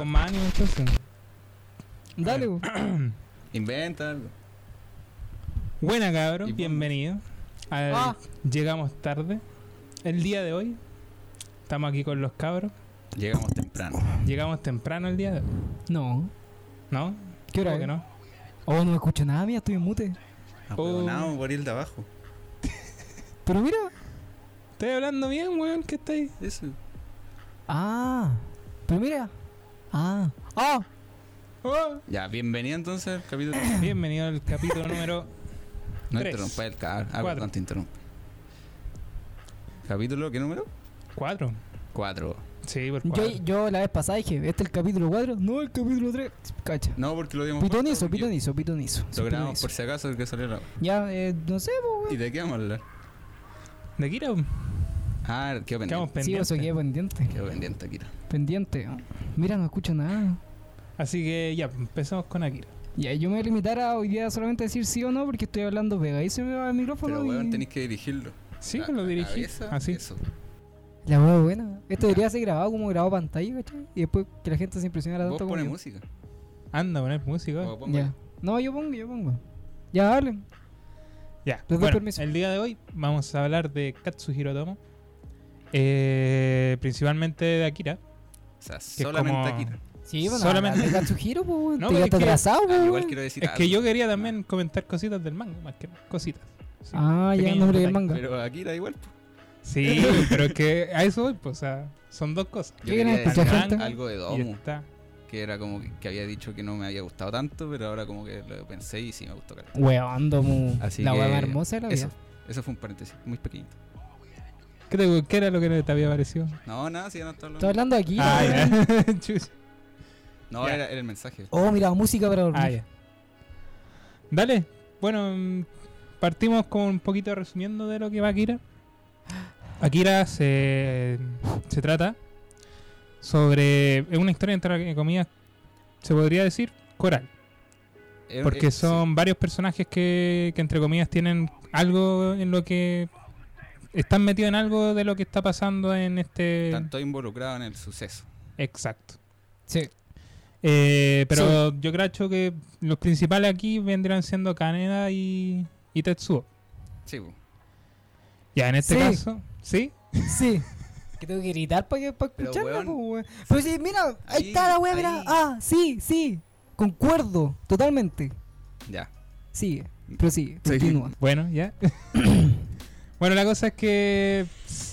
con más ánimo entonces. Dale, po. Inventa algo. Buena cabros, Y bienvenido. Llegamos tarde. El día de hoy estamos aquí con los cabros. Llegamos temprano. Llegamos temprano el día de hoy. No. ¿No? ¿Qué hora ¿Cómo es? que no? Oh, no escucho nada, mía, estoy en mute. Ahueonado por ir de abajo. Pero mira. Estoy hablando bien, weón, ¿qué está ahí? Eso. Ah. Pero mira. Ah. Ah. Ya, bienvenido entonces al capítulo. Bienvenido al capítulo número No 3. interrumpa el cabrón. Ah, 4. perdón, te interrumpo. ¿Capítulo qué número? 4. 4. Sí, por 4. Yo la vez pasada dije, ¿este es el capítulo 4? No, el capítulo 3. Cacha. No, porque lo dimos Pitonizo, porque pitonizo. Lo grabamos por si acaso el que salió la... Ya, no sé, po, ¿Y de qué vamos a hablar? ¿De Kira? Ah, quedó Quedamos pendiente. Sí, eso queda pendiente. Quedó pendiente, Akira. Pendiente. Mira, no escucho nada. Así que ya, empezamos con Akira. Ya, yo me voy a limitar a hoy día solamente decir sí o no porque estoy hablando pega. Y se me va el micrófono Pero, y... weón, tenéis que dirigirlo. Sí, La- que lo la dirigí. cabeza, Así. Eso. La hueá buena. Esto debería ser grabado como grabado pantalla, ¿cachai? Y después que la gente se impresionara Vos tanto como pones yo. música. Anda a poner música. O pongo Ya. No, yo pongo. Ya, hablen. Ya, Les doy bueno, permiso. el día de hoy vamos a hablar de Katsuhiro Otomo. Principalmente de Akira. O sea, es solamente como- Akira. Sí, bueno, Solamente- de Katsuhiro, pues, weón. No, Te pero quedaste es que- atrasado, Ah, igual weón. quiero decir Es algo. que yo quería también comentar cositas del manga, más que cositas. Sí, Ah, ya, pequeños nombre del detalles. manga. Pero Akira igual. Po. Sí, pero es que a eso voy, pues, o sea, son dos cosas. Yo ¿Qué quería ganas de decir escuchar gente? algo de Y Domo, está. que era como que había dicho que no me había gustado tanto, pero ahora como que lo pensé y sí me gustó caleta. Weón, Domu. Así La que weá más hermosa de la vida. Eso fue un paréntesis, muy pequeñito. ¿Qué era lo que te había parecido? No, nada, sí, ya no estaba Estoy hablando. hablando de aquí. Ah, weón. ya. Chus. No, Ya. era el mensaje. Oh, mira, música para dormir. Ah, ya. Dale. Bueno, partimos con un poquito resumiendo de lo que va Akira. Akira se trata sobre... Es una historia entre comillas, se podría decir, coral. Porque son varios personajes que entre comillas tienen algo en lo que... Están metidos en algo de lo que está pasando en este... Tanto involucrado en el suceso. Exacto. Sí. Pero yo creo que los principales aquí vendrían siendo Kaneda y Tetsuo. Sí, po. Ya, en este Sí. caso, ¿sí? Sí. Que tengo que gritar para Pero, escucharla, weón, pues, weón. Pero sí, mira, ahí ahí- está la weá, mira. ahí. Ah, sí. Concuerdo, totalmente. Ya. Sigue, prosigue, Sí. continúa. Bueno, ya. Bueno, la cosa es que...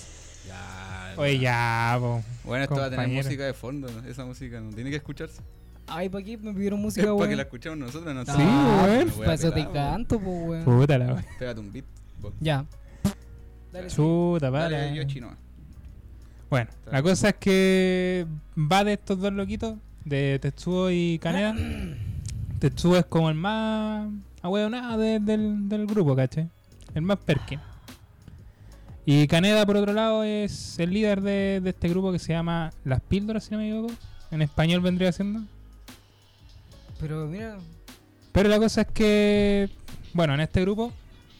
Ya. Oye, ya, po. Bueno, esto va a tener compañero. música de fondo. Esa música no tiene que escucharse. Ay, ¿para qué me pidieron Es música, para weón? que la escuchemos nosotros. No Sí, sé. weón. Para eso te canto, pues, weón. Puta la wea. Pégate un beat. Ya. Dale, Chuta, Dale, para. yo chino. Bueno, la cosa es que va de estos dos loquitos, de Tetsuo y Kaneda. Tetsuo es como el más ahueonado del grupo, ¿cachai? El más perkin. Y Kaneda, por otro lado, es el líder de este grupo que se llama Las Píldoras, si no me equivoco. En español vendría siendo. Pero mira, Pero la cosa es que, bueno, en este grupo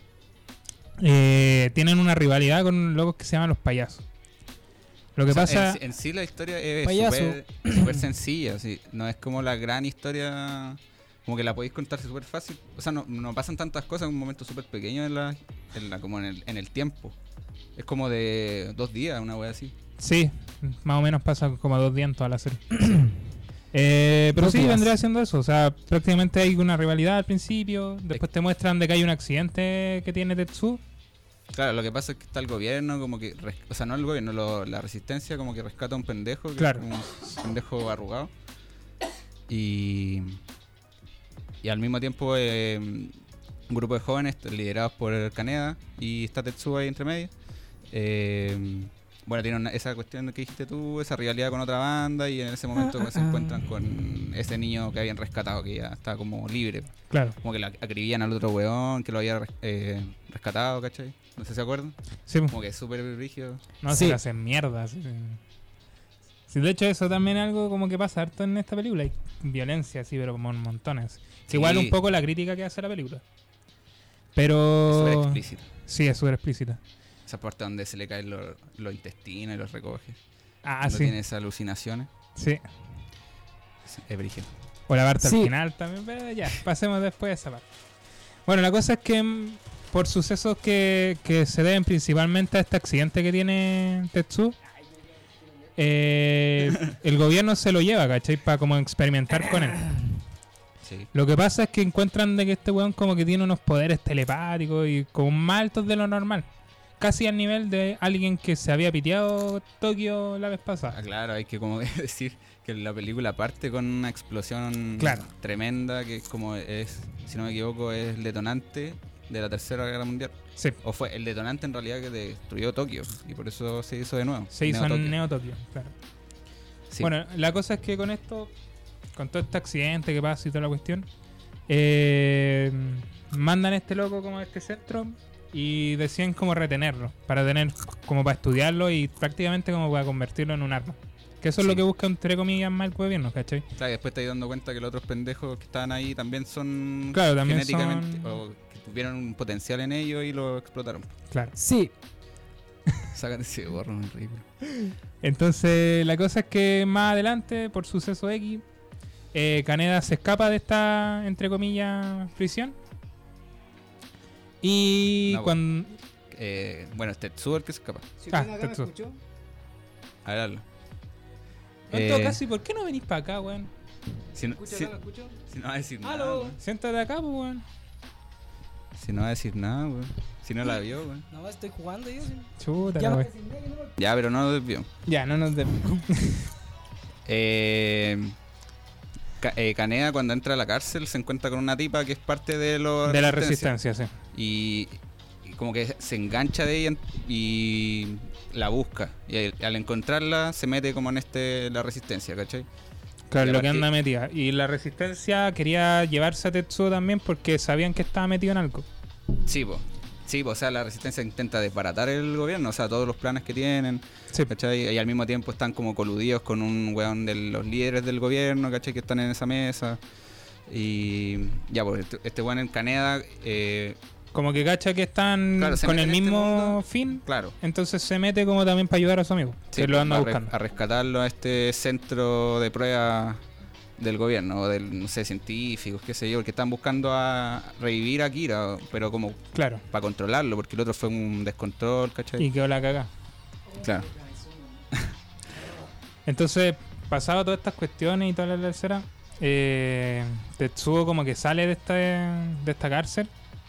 tienen una rivalidad con locos que se llaman los payasos. Lo que O sea, pasa... en sí la historia es Payaso. súper sencilla, sí. No es como la gran historia, como que la podéis contar súper fácil. O sea, no pasan tantas cosas en un momento súper pequeño como en el tiempo. Es como de 2 días, una wea así. Sí, más o menos pasa como 2 días en toda la serie. Pero 2 sí, días. vendría siendo eso. O sea, prácticamente hay una rivalidad al principio. Después te muestran de que hay un accidente que tiene Tetsuo. Claro, lo que pasa es que está el gobierno, como que... O sea, no el gobierno, la resistencia como que rescata a un pendejo. Que Claro. es como un pendejo arrugado. Y al mismo tiempo un grupo de jóvenes liderados por Kaneda y está Tetsuo ahí entre medio. Bueno, tiene esa cuestión que dijiste tú, esa rivalidad con otra banda y en ese momento pues, se encuentran con ese niño que habían rescatado, que ya está como libre. Claro. Como que acribían al otro weón que lo había rescatado, ¿cachai? No sé si se acuerdan. Sí, Como que es súper rígido. no Sí. se le hacen mierda. Sí. Sí, de hecho, eso también es algo como que pasa harto en esta película. Hay violencia, sí, pero como en montones. Sí. Es igual un poco la crítica que hace la película. Es Pero... súper explícito. Sí, es súper explícita. Esa parte donde se le caen los intestinos y los recoge. Ah, Cuando sí. tiene esas alucinaciones. Sí. Es brígido. O la parte Sí. al final también, pero ya, pasemos después de esa parte. Bueno, la cosa es que por sucesos que se deben principalmente a este accidente que tiene Tetsuo, el gobierno se lo lleva, ¿cachai? Para como experimentar con él. Sí. Lo que pasa es que encuentran de que este weón como que tiene unos poderes telepáticos y como más altos de lo normal. Casi al nivel de alguien que se había piteado Tokio la vez Ah, pasada. claro, hay que como decir que la película parte con una explosión Claro. tremenda que es como es, si no me equivoco, es el detonante de la Tercera Guerra Mundial. Sí, O fue el detonante en realidad que destruyó Tokio y por eso se hizo de nuevo. se hizo Neo en Tokio. Neo Tokio, claro. Sí. Bueno, la cosa es que con esto, con todo este accidente que pasa y toda la cuestión, mandan a este loco como a este centro y deciden como retenerlo, para tener, como para estudiarlo y prácticamente como para convertirlo en un arma. Que eso es Sí. lo que busca entre comillas mal gobierno, ¿cachai? Claro, y después te das dando cuenta que los otros pendejos que estaban ahí también son Claro, también genéticamente son- o que tuvieron un potencial en ellos y lo explotaron. Claro. Sí, Sácate ese gorro, es ridículo. Entonces, la cosa es que más adelante, por suceso X, Kaneda se escapa de esta, entre comillas, prisión. Y No, cuando... Bueno, este Tetsuo el que se escapa. si Ah, usted acá me Tetsuo. escuchó, A ver, hazlo. En todo caso, ¿y por qué no venís para acá, weón? Si no, escucha si, acá, me escuchó. si no va a decir nada, Aló. weón. Siéntate acá, pues, weón. Si no va a decir nada, weón. Si no la vio, weón. No, estoy jugando yo. Sí. Chuta, Ya la me weón. designé, que no me- Ya, pero no lo desvió. Ya, no nos Kaneda cuando entra a la cárcel se encuentra con una tipa que es parte de los de la resistencia, sí. y como que se engancha de ella y la busca y al encontrarla se mete como en la resistencia, ¿cachai? Claro, Y lo que aparte- anda metida. Y la resistencia quería llevarse a Tetsuo también porque sabían que estaba metido en algo. Sí, o sea, la resistencia intenta desbaratar el gobierno, o sea, todos los planes que tienen, Sí. ¿cachai? Y al mismo tiempo están como coludidos con un weón de los líderes del gobierno, ¿cachai? Que están en esa mesa. Y ya, pues este weón en Kaneda, Como que cacha que están Claro, se con mete el en este mismo mundo. fin. claro. Entonces se mete como también para ayudar a su amigo. Sí, que lo anda va buscando. a rescatarlo a este centro de prueba del gobierno, o del, no sé, científicos, qué sé yo, porque están buscando a revivir a Kira, pero como Claro. para controlarlo, porque el otro fue un descontrol, ¿cachai? Y quedó la cagá. Claro. Entonces, pasado todas estas cuestiones y toda la tercera, Tetsuo como que sale de esta cárcel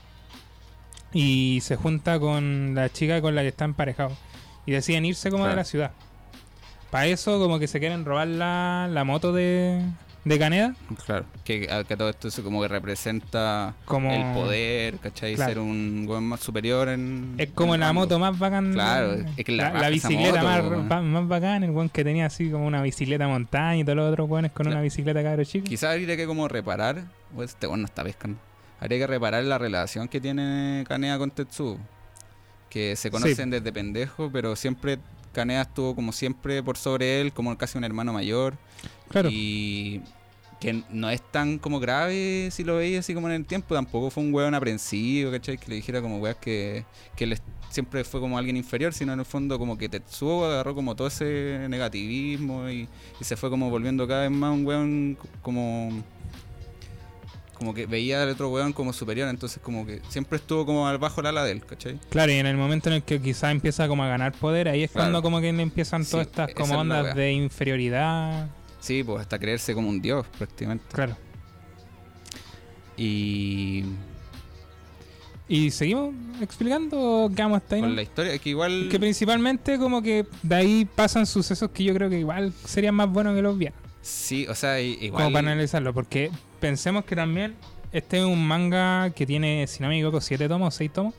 y se junta con la chica con la que está emparejado. Y deciden irse como de Claro. la ciudad. Para eso como que se quieren robar la moto de Kaneda. Claro, que todo esto eso como que representa Como- el poder, ¿cachai? Claro. Ser un weón más superior en... Es como en la rango. moto más bacán. Claro, es que la raja esa bicicleta moto, más bacán. El weón que tenía así como una bicicleta montaña y todos los otros weones con Claro. una bicicleta cabro chico. Quizás habría que como reparar, pues este weón no está pescando. Habría que reparar la relación que tiene Kaneda con Tetsuo. Que se conocen desde pendejo, pero siempre Kaneda estuvo como siempre por sobre él, como casi un hermano mayor. Claro. Y que no es tan como grave si lo veis así como en el tiempo. Tampoco fue un weón aprensivo, ¿cachai? Que le dijera como weas que él siempre fue como alguien inferior, sino en el fondo como que Tetsuo agarró como todo ese negativismo y se fue como volviendo cada vez más un weón como que veía al otro weón como superior, entonces como que siempre estuvo como bajo la ala de él, ¿cachai? Claro, y en el momento en el que quizás empieza como a ganar poder, ahí es Claro. cuando como que le empiezan Sí, todas estas esa como es la ondas wea. de inferioridad. Sí, pues hasta creerse como un dios prácticamente. Claro. Y ¿Y seguimos explicando o quedamos hasta ahí? con no? la historia, que igual... Que principalmente como que de ahí pasan sucesos que yo creo que igual serían más buenos que los vieran. Sí, o sea, igual... Como para analizarlo, porque pensemos que también este es un manga que tiene, si no me equivoco, 7 tomos, 6 tomos.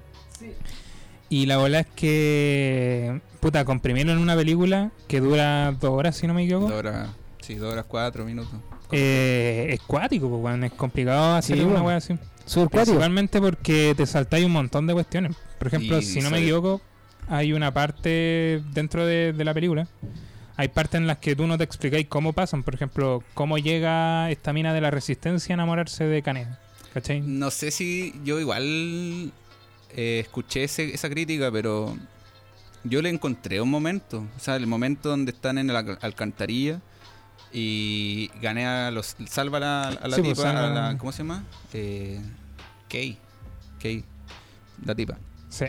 Y la bola es que, puta, comprimieron en una película que dura 2 horas, si no me equivoco. 2 horas 4 minutos. Es cuático, pues, weón, es complicado hacer Sí, una bueno. wea así. Súper cuático. Principalmente porque te saltáis un montón de cuestiones. Por ejemplo, Y si no me sale- equivoco, hay una parte dentro de la película. Hay partes en las que tú no te explicáis cómo pasan. Por ejemplo, cómo llega esta mina de la resistencia a enamorarse de Kaneda. ¿Cachai? No sé si yo igual escuché esa crítica, pero yo le encontré un momento. O sea, el momento donde están en la alcantarilla Y salva a la Sí, tipa, pues, salva- ¿cómo se llama? Kay, la tipa. Sí.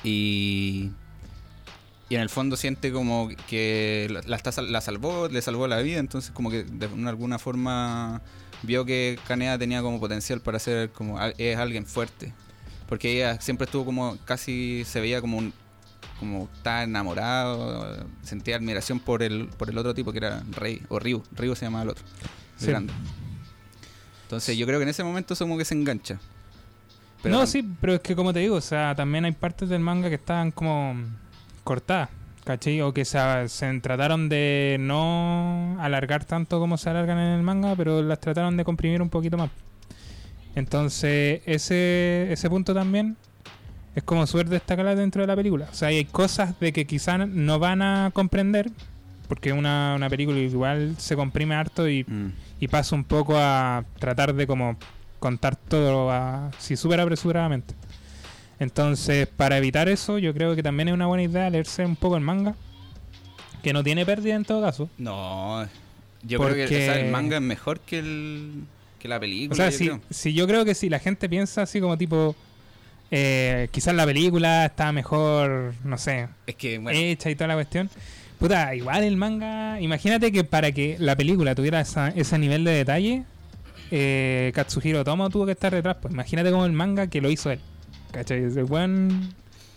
Y en el fondo siente como que la salvó, le salvó la vida, entonces como que de alguna forma vio que Kaneda tenía como potencial para ser es alguien fuerte. Porque ella siempre estuvo como, casi se veía como estaba enamorado, sentía admiración por el otro tipo que era Rey, o Ryu se llamaba el otro, el Sí. grande. Entonces yo creo que en ese momento es como que se engancha. No, sí, pero es que como te digo, o sea, también hay partes del manga que estaban como cortadas, ¿cachai? O que se trataron de no alargar tanto como se alargan en el manga, pero las trataron de comprimir un poquito más. Entonces, ese punto también es como súper destacable dentro de la película. O sea, hay cosas de que quizás no van a comprender, porque una película igual se comprime harto y pasa un poco a tratar de como contar todo así súper apresuradamente. Entonces, para evitar eso, yo creo que también es una buena idea leerse un poco el manga, que no tiene pérdida en todo caso. No, yo creo que el manga es mejor que la película. O sea, yo creo. yo creo que si la gente piensa así como tipo, quizás la película está mejor, no sé, Es que, bueno, hecha y toda la cuestión. Puta, igual el manga, imagínate que para que la película tuviera ese nivel de detalle, Katsuhiro Otomo tuvo que estar detrás. Pues imagínate como el manga que lo hizo él. ¿Cachai? El buen...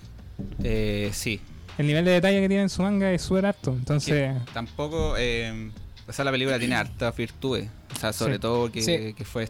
sí. El nivel de detalle que tiene en su manga es súper alto. Entonces, Tampoco, o sea, la película tiene hartas virtudes. O sea, sobre Sí. todo que Sí. fue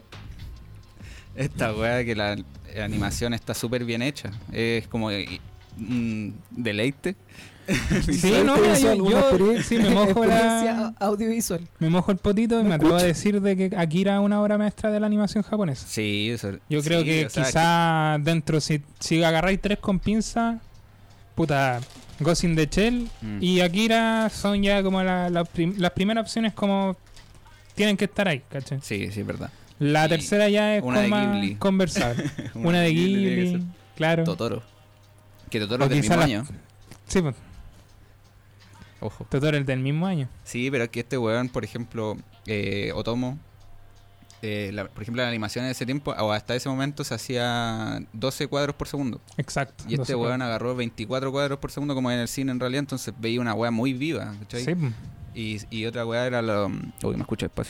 esta weá, que la animación está súper bien hecha. Es como un deleite. sí, no, mira, yo sí me mojo Experiencia audiovisual. me mojo el potito y me atrevo a decir de que Akira es una obra maestra de la animación japonesa. Sí, Yo creo que o sea, quizá dentro, si agarráis 3 con pinza, puta, Ghost in the Shell y Akira son ya como las primeras opciones, como tienen que estar ahí, ¿cachai? Sí, es verdad. La Y tercera ya es una de como más Ghibli. conversable. Una de tiene que Ghibli, ser claro. Totoro. Que Totoro O es del quizá mismo la- año. Sí, pues, Ojo. Totoro es del mismo año. Sí, pero es que este weón, por ejemplo, Otomo, por ejemplo, la animación en ese tiempo, o hasta ese momento, se hacía 12 cuadros por segundo. Exacto. Y este 12 weón agarró 24 cuadros por segundo, como en el cine en realidad, entonces veía una weá muy viva, ¿cachai? Sí, pues. Y otra weá era uy, me escucho despacio.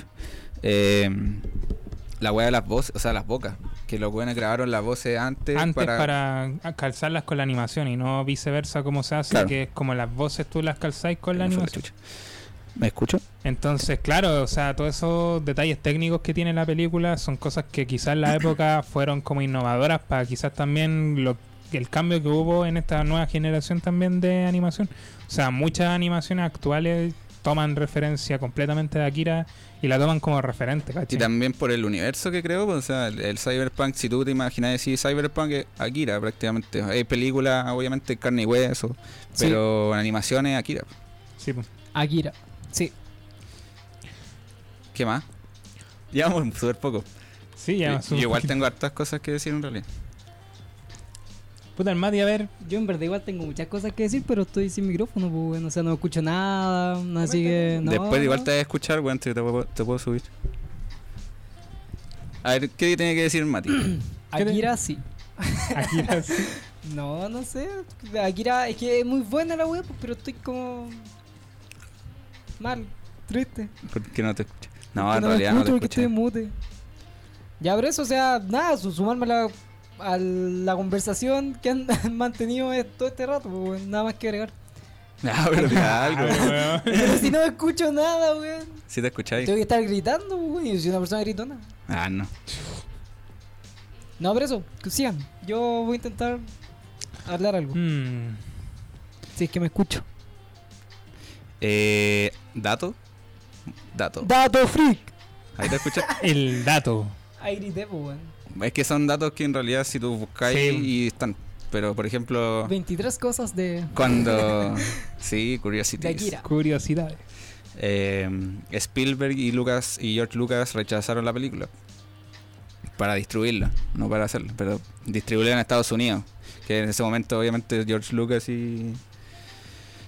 La weá de las voces, o sea, las bocas. Que los weones grabaron las voces antes Para calzarlas con la animación y no viceversa como se hace, Claro. que es como las voces tú las calzáis con la Me fue la animación. chucha. ¿Me escucho? Entonces, claro, o sea, todos esos detalles técnicos que tiene la película son cosas que quizás en la época fueron como innovadoras para quizás también el cambio que hubo en esta nueva generación también de animación. O sea, muchas animaciones actuales toman referencia completamente de Akira y la toman como referente, Y ¿cachai? también por el universo que creo, pues, o sea, el Cyberpunk, si tú te imaginas decir Cyberpunk, es Akira prácticamente. Hay películas, obviamente, carne y hueso, Sí. pero en animación es Akira. Sí, pues. Akira. Sí. ¿Qué más? Llevamos súper poco. Sí, ya. Yo igual tengo hartas cosas que decir en realidad. Puta, el Mati, a ver, Yo en verdad igual tengo muchas cosas que decir, pero estoy sin micrófono, pues, bueno, o sea, no escucho nada, así que no. Después igual te vas a escuchar, weón, te puedo subir. A ver, ¿qué tiene que decir Mati? Akira sí. Akira sí. No sé. Akira es que es muy buena la web, pero estoy como mal, triste. ¿Por qué no te escuchas? No, Porque en me realidad no te escucho porque estoy escuché. en mute. Ya, pero eso, o sea, nada, sumarme a la conversación que han mantenido todo este rato, pues, weón, nada más que agregar. Ah, pero diga algo. weón. Pero si no escucho nada, weón. Si te escucháis. Tengo que estar gritando, pues, weón. Yo soy una persona gritona. Ah, no. No, pero eso, que sigan. Yo voy a intentar hablar algo. Si es que me escucho. ¿Dato? ¡Dato freak! Ahí te escuchas. El dato. Ahí grité, pues, weón. Es que son datos que en realidad si tú buscáis Sí. y están. Pero por ejemplo, 23 cosas de cuando. Sí, de Curiosities. Akira. Curiosidades. Spielberg y George Lucas rechazaron la película para distribuirla, no para hacerla, pero distribuirla en Estados Unidos, que en ese momento obviamente George Lucas y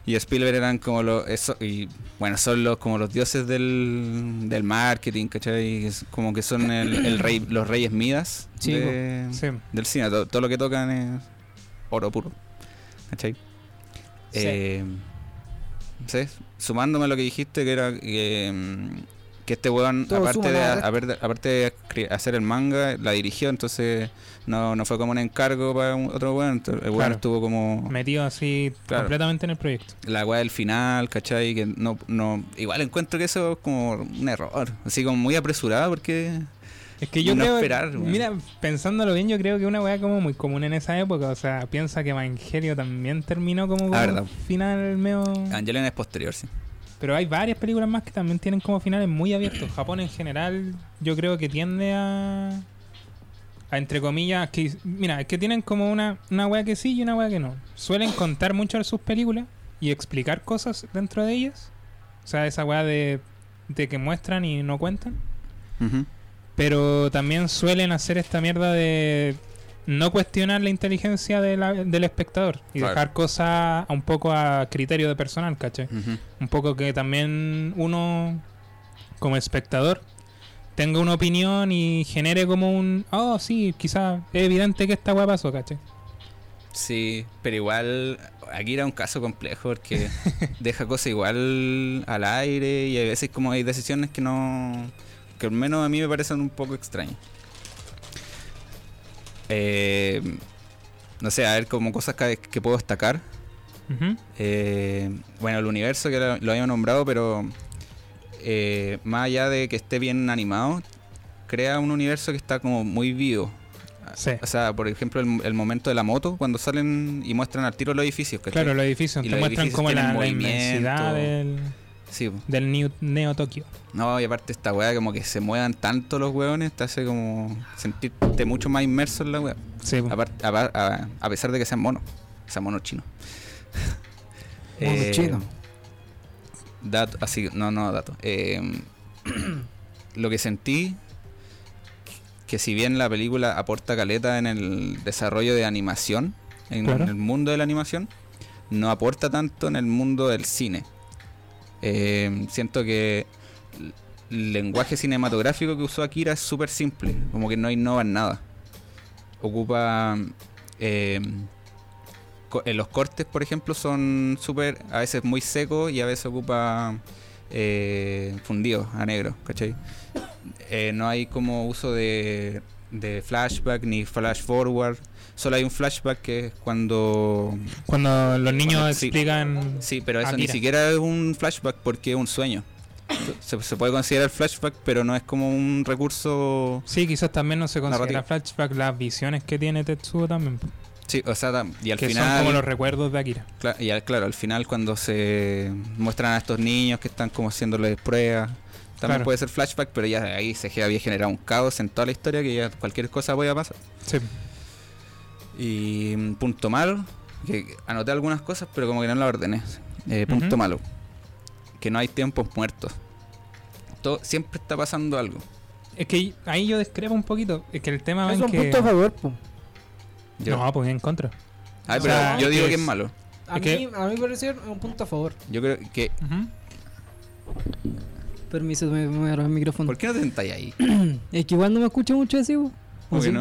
y Spielberg eran como y bueno, son como los dioses del marketing, ¿cachai? Como que son los reyes Midas Sí, del cine. Todo lo que tocan es oro puro, ¿cachai? Sí. Sí, sumándome a lo que dijiste, que era que este weón, Todo aparte suma, aparte de hacer el manga, la dirigió, entonces no fue como un encargo para otro weón. El weón Claro. estuvo como Metido así Claro. completamente en el proyecto. la weá del final, ¿cachai? Que no igual encuentro que eso es como un error, así como muy apresurado, porque Es que yo no creo, esperar, weón. mira, pensándolo bien, yo creo que una weá como muy común en esa época. O sea, piensa que Evangelio también terminó como con verdad. un final medio... Evangelion es posterior, sí. Pero hay varias películas más que también tienen como finales muy abiertos. Japón en general yo creo que tiende a entre comillas, que mira, es que tienen como una weá que sí y una weá que no. Suelen contar mucho de sus películas y explicar cosas dentro de ellas. O sea, esa weá de que muestran y no cuentan. Ujú. Pero también suelen hacer esta mierda de no cuestionar la inteligencia del espectador y Claro. dejar cosas un poco a criterio de personal, ¿cachai? Ujú. Un poco que también uno, como espectador, tenga una opinión y genere como un... Oh, sí, quizás es evidente que esta weá pasó, ¿cachai? Sí, pero igual aquí era un caso complejo porque deja cosas igual al aire y a veces como hay decisiones que no, que al menos a mí me parecen un poco extrañas. No sé, a ver como cosas que puedo destacar. Ujú. Bueno, el universo que lo había nombrado, pero más allá de que esté bien animado, crea un universo que está como muy vivo. Sí. O sea, por ejemplo, el momento de la moto, cuando salen y muestran al tiro los edificios, ¿cachai? Claro, los edificios Y te los muestran edificios como tienen la movimiento. inmensidad Sí, po. del Neo Tokio. No, y aparte esta weá como que se muevan tanto los weones, te hace como sentirte mucho más inmerso en la weá. Sí, po. A pesar de que sean monos chinos. Mono chino. Dato, así, no dato. Lo que sentí, que si bien la película aporta caleta en el desarrollo de animación, en Claro. el mundo de la animación, no aporta tanto en el mundo del cine. Siento que el lenguaje cinematográfico que usó Akira es súper simple, como que no innova en nada. Ocupa los cortes, por ejemplo, son súper, a veces muy secos y a veces ocupa fundidos a negro, ¿cachai? No hay como uso de flashback ni flash forward. Solo hay un flashback que es cuando... Cuando los niños Sí. explican... Sí, pero eso ni Akira. siquiera es un flashback porque es un sueño. Se puede considerar flashback, pero no es como un recurso... Sí, quizás también no se considera Narrativo. flashback las visiones que tiene Tetsuo también. Sí, o sea, y al Que final... son como los recuerdos de Akira. Claro, al final cuando se muestran a estos niños que están como haciéndoles pruebas, también Claro. puede ser flashback, pero ya ahí se había generado un caos en toda la historia que ya cualquier cosa podía pasar. Sí. Y punto malo, que anoté algunas cosas, pero como que no las ordené. Punto Ujú. malo, que no hay tiempos muertos. Siempre está pasando algo. Es que ahí yo discrepo un poquito. Es que el tema Es en un que... punto a favor, po. No, pues en contra. Ay, o pero sea, yo digo es- que es malo. A Es mí, que- a mí me pareció un punto a favor. Yo creo que... Ujú. Permiso, me voy a agarrar el micrófono. ¿Por qué no te sentáis ahí? Es que igual no me escucho mucho así, po. ¿Cómo ¿O que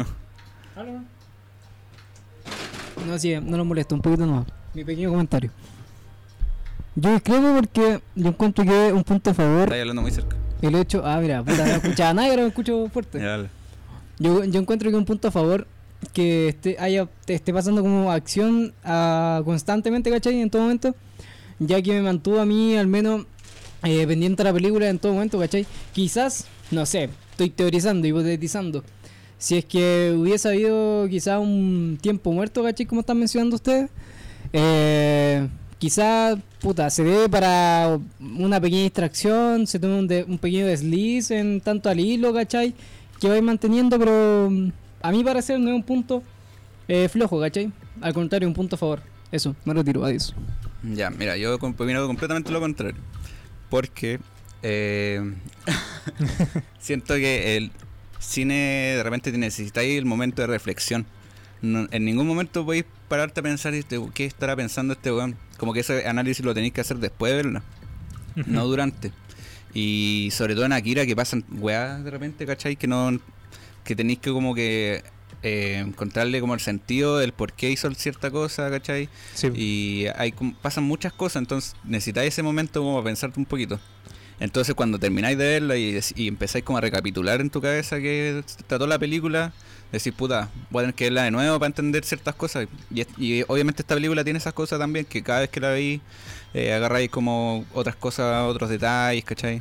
sí? no? No, sí, no lo molesto, un poquito no. Mi pequeño comentario. Yo discrepo porque yo encuentro que un punto a favor Estás hablando muy cerca. el hecho. Ah, mira, puta, no escuchaba nada y ahora me escucho fuerte. Ya, dale. Yo encuentro que un punto a favor que esté pasando como acción constantemente, ¿cachai? En todo momento, ya que me mantuvo a mí al menos pendiente de la película en todo momento, ¿cachai? Quizás, no sé, estoy teorizando, hipotetizando. Si es que hubiese habido quizás un tiempo muerto, ¿cachai? Como están mencionando ustedes, quizás, puta, se debe para una pequeña distracción, se toma un pequeño desliz en tanto al hilo, ¿cachai? Que vais manteniendo, pero a mi parecer no es un punto flojo, ¿cachai? Al contrario, un punto a favor. Eso, me retiro, adiós. Ya, mira, yo opino completamente lo contrario. Porque siento que el cine de repente necesitáis el momento de reflexión. En ningún momento podéis pararte a pensar qué estará pensando este weón. Como que ese análisis lo tenéis que hacer después de verla, no durante. Y sobre todo en Akira, que pasan weas de repente, ¿cachai? Que tenéis que como que encontrarle como el sentido del por qué hizo cierta cosa, ¿cachai? Sí. Y pasan muchas cosas, entonces necesitáis ese momento como para pensarte un poquito. Entonces cuando termináis de verla y empezáis como a recapitular en tu cabeza que trató la película, decís, puta, voy a tener que verla de nuevo para entender ciertas cosas. Y obviamente esta película tiene esas cosas también, que cada vez que la veis agarráis como otras cosas, otros detalles, ¿cachai?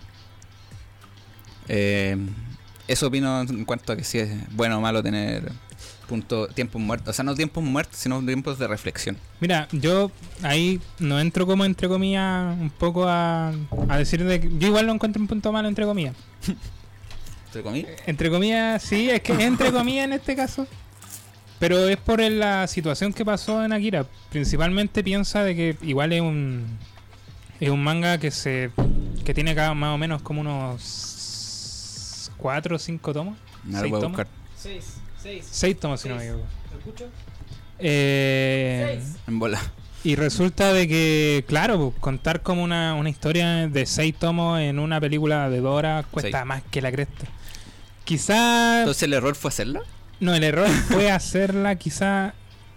Eso opino en cuanto a que si es bueno o malo tener tiempos muertos. O sea, no tiempos muertos, sino tiempos de reflexión. Mira, yo ahí no entro como entre comillas un poco a decir de que yo igual lo encuentro un punto malo entre comillas. ¿Te comí? Entre comillas, sí, es que entre comillas en este caso. Pero es por la situación que pasó en Akira. Principalmente piensa de que igual es un manga que tiene acá más o menos como unos 4 o 5 tomos. No lo voy a buscar. 6 tomos, si no me equivoco. ¿Lo escucho? En bola. Y resulta de que, claro, contar como una historia de 6 tomos en una película de 2 horas cuesta 6. más que la cresta. Quizá... Entonces el error fue hacerla. No, el error fue hacerla, quizá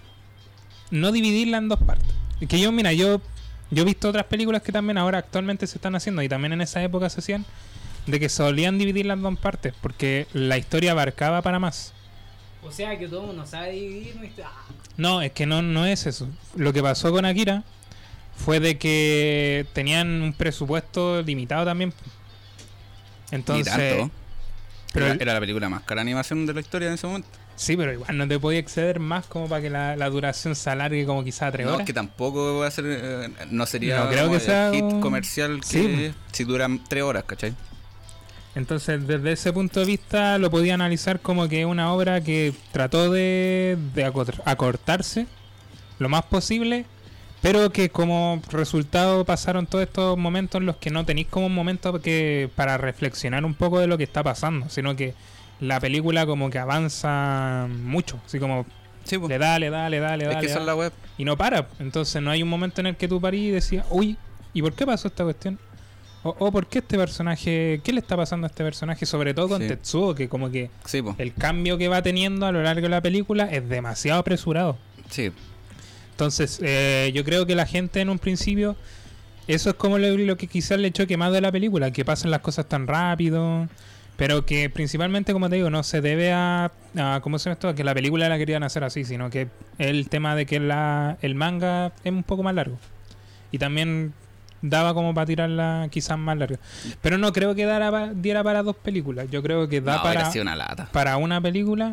no dividirla en 2 partes. Que yo, mira, yo he visto otras películas que también ahora actualmente se están haciendo y también en esa época se hacían, de que solían dividirla en 2 partes porque la historia abarcaba para más. O sea que todo no sabe dividir. No, es que no es eso. Lo que pasó con Akira fue de que tenían un presupuesto limitado también. Entonces... Ni tanto. Pero era la película más cara de animación de la historia en ese momento. Sí, pero igual no te podía exceder más como para que la duración se alargue como quizá a 3 horas. No, es que tampoco va a ser... no sería No creo como que sea el hit un- comercial que Sí. si duran 3 horas, ¿cachai? Entonces, desde ese punto de vista, lo podía analizar como que una obra que trató de acortarse lo más posible, pero que como resultado pasaron todos estos momentos en los que no tenéis como un momento para reflexionar un poco de lo que está pasando, sino que la película como que avanza mucho, así como Sí, pues. le da, Es que esa es la web. y no para. Entonces no hay un momento en el que tú parís y decías, uy, ¿y por qué pasó esta cuestión? O ¿por qué este personaje, qué le está pasando a este personaje? Sobre todo con Sí. Tetsuo, que como que Sí, pues. el cambio que va teniendo a lo largo de la película es demasiado apresurado. Sí. Entonces yo creo que la gente en un principio, eso es como lo que quizás le choque más de la película, que pasan las cosas tan rápido, pero que principalmente, como te digo, no se debe a ¿cómo se llama esto? A que la película la querían hacer así, sino que el tema de que el manga es un poco más largo. Y también daba como para tirarla quizás más larga. Pero no creo que diera para 2 películas. Yo creo que da No, hubiera para, sido una lata. para una película.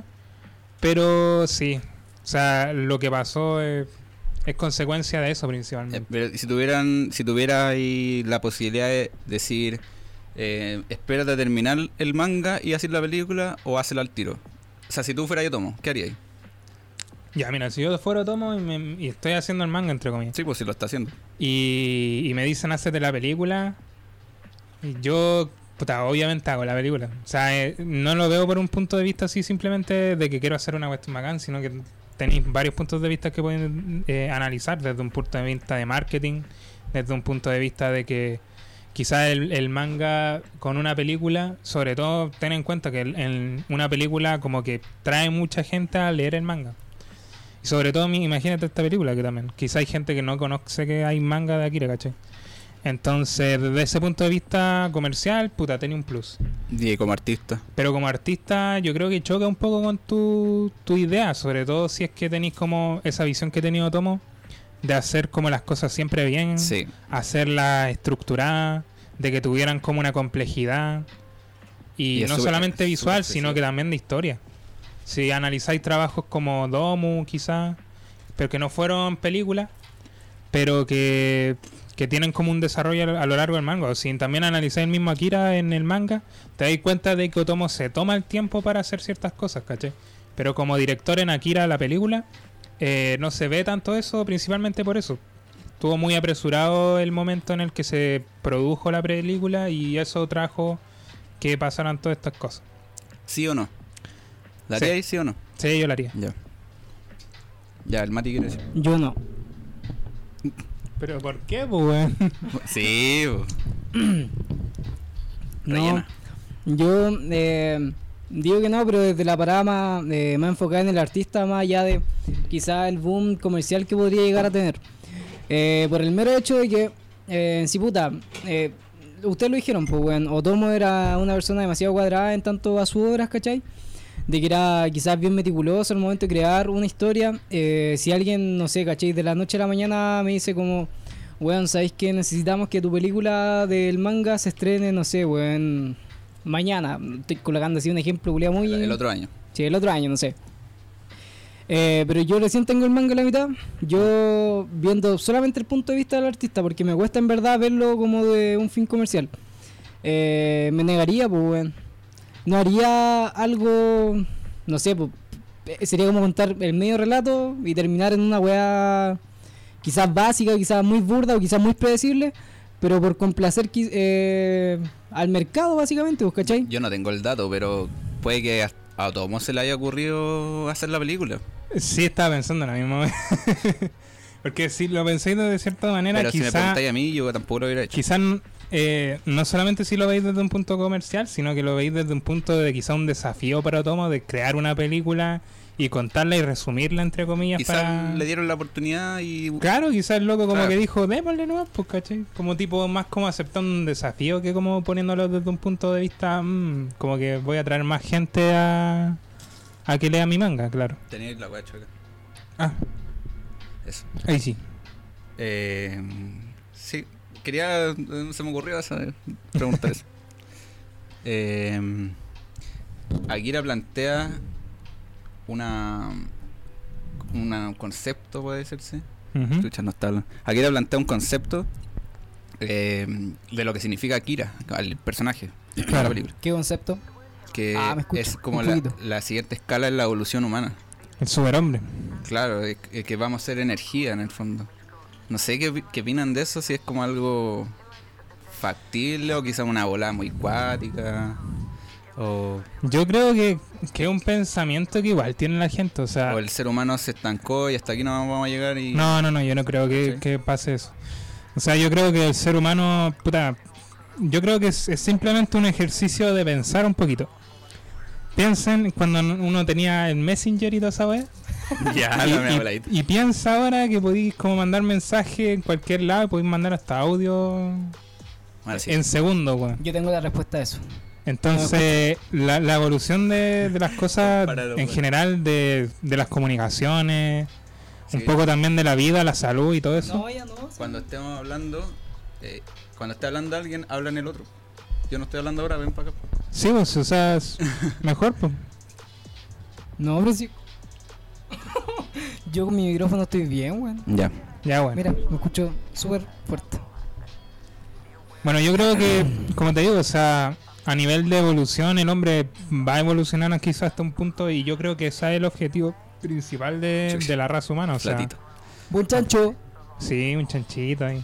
Pero sí. O sea, lo que pasó es consecuencia de eso principalmente. Pero si tuviera ahí la posibilidad de decir, espérate a terminar el manga y hacer la película, o hazlo al tiro. O sea, si tú fueras yo tomo, ¿qué harías? Ya, mira, si yo fuera tomo y estoy haciendo el manga, entre comillas, Sí, pues si lo está haciendo. y me dicen hacete la película, y yo, puta, obviamente hago la película. O sea, no lo veo por un punto de vista así simplemente de que quiero hacer una cuestión bacán, sino que tenéis varios puntos de vista que pueden analizar desde un punto de vista de marketing, desde un punto de vista de que quizás el manga con una película, sobre todo ten en cuenta que en una película como que trae mucha gente a leer el manga. Y sobre todo, imagínate esta película que también, quizá hay gente que no conoce que hay manga de Akira, ¿cachai? Entonces, desde ese punto de vista comercial, puta, tenía un plus. Y como artista. Pero como artista, yo creo que choca un poco con tu idea, sobre todo si es que tenéis como esa visión que he tenido Tomo, de hacer como las cosas siempre bien, Sí. hacerlas estructuradas, de que tuvieran como una complejidad, y es no súper- solamente es visual, súper sino que también de historia. Si analizáis trabajos como Domu, quizás, pero que no fueron películas, pero que tienen como un desarrollo a lo largo del manga. O si también analizáis el mismo Akira en el manga, te dais cuenta de que Otomo se toma el tiempo para hacer ciertas cosas, ¿cachai? Pero como director en Akira, la película, no se ve tanto eso, principalmente por eso. Estuvo muy apresurado el momento en el que se produjo la película y eso trajo que pasaran todas estas cosas. ¿Sí o no? ¿La Sí. haríais sí o no? Sí, yo la haría. Ya. Ya, el Mati quiere decir. Yo no. ¿Pero por qué, pues, weón? Sí, po. No. Rellena. Yo digo que no, pero desde la parada más enfocada en el artista, más allá de quizá el boom comercial que podría llegar a tener. Por el mero hecho de que, sí puta, ustedes lo dijeron, pues bueno, Otomo era una persona demasiado cuadrada en tanto a sus obras, ¿cachai? De que era quizás bien meticuloso al momento de crear una historia. Si alguien, no sé, ¿cachai? De la noche a la mañana me dice como, weón, ¿sabéis que necesitamos que tu película del manga se estrene, no sé, weón, mañana? Estoy colocando así un ejemplo, culiao, muy... El otro año. Sí, el otro año, no sé. Pero yo recién tengo el manga a la mitad. Yo viendo solamente el punto de vista del artista, porque me cuesta en verdad verlo como de un fin comercial. Me negaría, pues, weón. No haría algo, no sé, pues, sería como contar el medio relato y terminar en una weá quizás básica, quizás muy burda o quizás muy predecible, pero por complacer al mercado, básicamente, ¿vos cachai? Yo no tengo el dato, pero puede que a Otomo se le haya ocurrido hacer la película. Sí, estaba pensando en la misma vez. Porque si lo pensáis de cierta manera, Pero si me quizá, preguntáis a mí, yo tampoco lo hubiera hecho. quizás no solamente si lo veis desde un punto comercial, sino que lo veis desde un punto de quizá un desafío para Otomo de crear una película y contarla y resumirla, entre comillas, Quizás para... le dieron la oportunidad y... Claro, quizás el loco como Claro. que dijo, démosle nomás, pues, ¿cachai? Como tipo, más como aceptando un desafío que como poniéndolo desde un punto de vista, como que voy a traer más gente a que lea mi manga, claro. Tenéis la weá chueca. Ah, Eso. ahí sí. Sí, quería... Se me ocurrió preguntar eso. Akira plantea un concepto, puede decirse. Ujú. Chucha, no está hablando. Akira plantea un concepto de lo que significa Akira, al personaje de la Claro. película. ¿Qué concepto? Que Me escucho es como un poquito. la siguiente escala en la evolución humana. El superhombre. Claro, que vamos a ser energía en el fondo. No sé qué opinan de eso, si es como algo factible o quizá una bola muy cuática. O Yo creo que es un pensamiento que igual tiene la gente, o sea... el ser humano se estancó y hasta aquí no vamos a llegar y... No, yo no creo que, ¿Sí? que pase eso. O sea, yo creo que el ser humano, puta, yo creo que es simplemente un ejercicio de pensar un poquito. Piensen cuando uno tenía el Messenger y toda esa wea. Ya, y, no me habláis. y piensa ahora que podéis como mandar mensaje en cualquier lado y podéis mandar hasta audio Bueno, sí. en segundos, weón. Yo tengo la respuesta a eso. Entonces, la evolución de las cosas Compáralo, en weón. general, de las comunicaciones, Sí. un poco también de la vida, la salud y todo eso. ya no. Cuando estemos hablando, cuando esté hablando alguien, habla en el otro. Yo no estoy hablando ahora, ven para acá. Sí, pues, o sea, es mejor, pues. No, pero sí. Yo con mi micrófono estoy bien, weón. Ya. Ya, bueno. Mira, me escucho súper fuerte. Bueno, yo creo que, como te digo, o sea, a nivel de evolución, el hombre va evolucionando quizás hasta un punto y yo creo que ese es el objetivo principal de la raza humana, o sea, Platito. Buen chancho. sí, un chanchito ahí.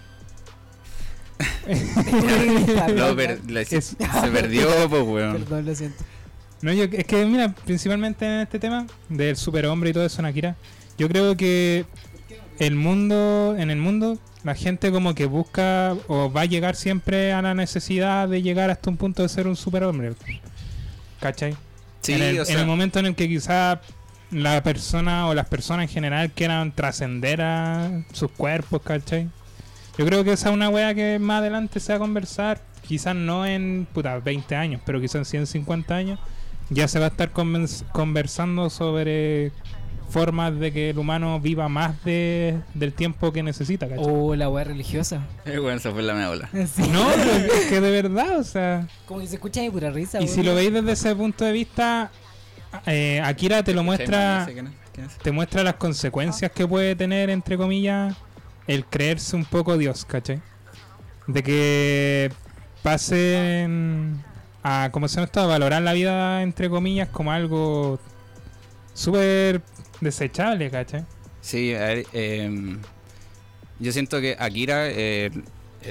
No, se perdió, pues, weón. Perdón, lo siento. No, es que, mira, principalmente en este tema del superhombre y todo eso en Akira, yo creo que en el mundo, la gente como que busca o va a llegar siempre a la necesidad de llegar hasta un punto de ser un superhombre. ¿Cachai? Sí, en el, o sea, en el momento en el que quizá la persona o las personas en general quieran trascender a sus cuerpos, ¿cachai? Yo creo que esa es una wea que más adelante se va a conversar, quizás no en 20 años, pero quizás en 150 años, ya se va a estar conversando sobre formas de que el humano viva más del tiempo que necesita, ¿cachai? Oh, la weá religiosa. bueno, esa fue la mea bola. Sí. No, pero es que de verdad, o sea... Como que se escucha de pura risa, Y weón. si lo veis desde ese punto de vista, Akira te lo muestra... ¿Quién es? Te muestra las consecuencias que puede tener, entre comillas, el creerse un poco Dios, ¿cachai? De que pasen a, ¿cómo se llama esto? A valorar la vida, entre comillas, como algo súper desechable, ¿cachai? Sí, a ver, yo siento que Akira, el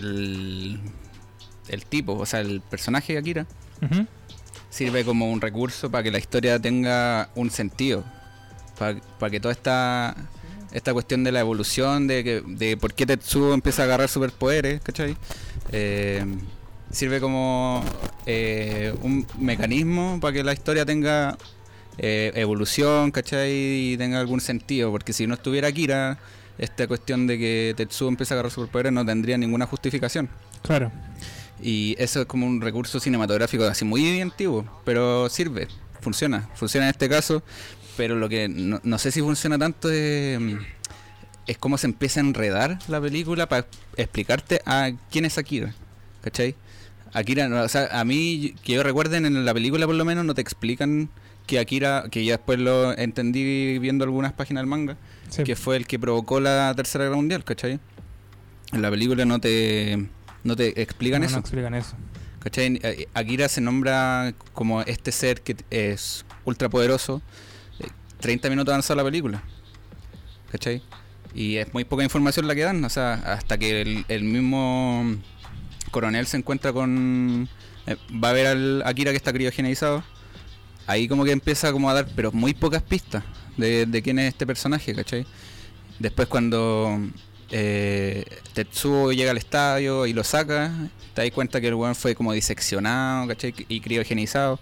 tipo, o sea, el personaje de Akira, Ujú. sirve como un recurso para que la historia tenga un sentido. Para que toda esta cuestión de la evolución, de por qué Tetsuo empieza a agarrar superpoderes, ¿cachai? Sirve como un mecanismo para que la historia tenga evolución, ¿cachai? Y tenga algún sentido, porque si no estuviera Akira, esta cuestión de que Tetsuo empieza a agarrar superpoderes no tendría ninguna justificación. Claro. Y eso es como un recurso cinematográfico así muy antiguo, pero sirve, funciona en este caso, pero lo que no sé si funciona tanto es cómo se empieza a enredar la película para explicarte a quién es Akira, ¿cachai? Akira, o sea, a mí, que yo recuerden en la película por lo menos, no te explican que Akira, que ya después lo entendí viendo algunas páginas del manga, Sí. que fue el que provocó la Tercera Guerra Mundial, ¿cachai? En la película no te explican eso. No explican eso. ¿Cachai? Akira se nombra como este ser que es ultra poderoso 30 minutos avanzada la película, ¿cachai? Y es muy poca información la que dan, o sea, hasta que el mismo coronel se encuentra con... va a ver al Akira que está criogenizado, ahí como que empieza como a dar, pero muy pocas pistas de quién es este personaje, ¿cachai? Después cuando Tetsuo llega al estadio y lo saca, te das cuenta que el weón fue como diseccionado, ¿cachai? Y criogenizado.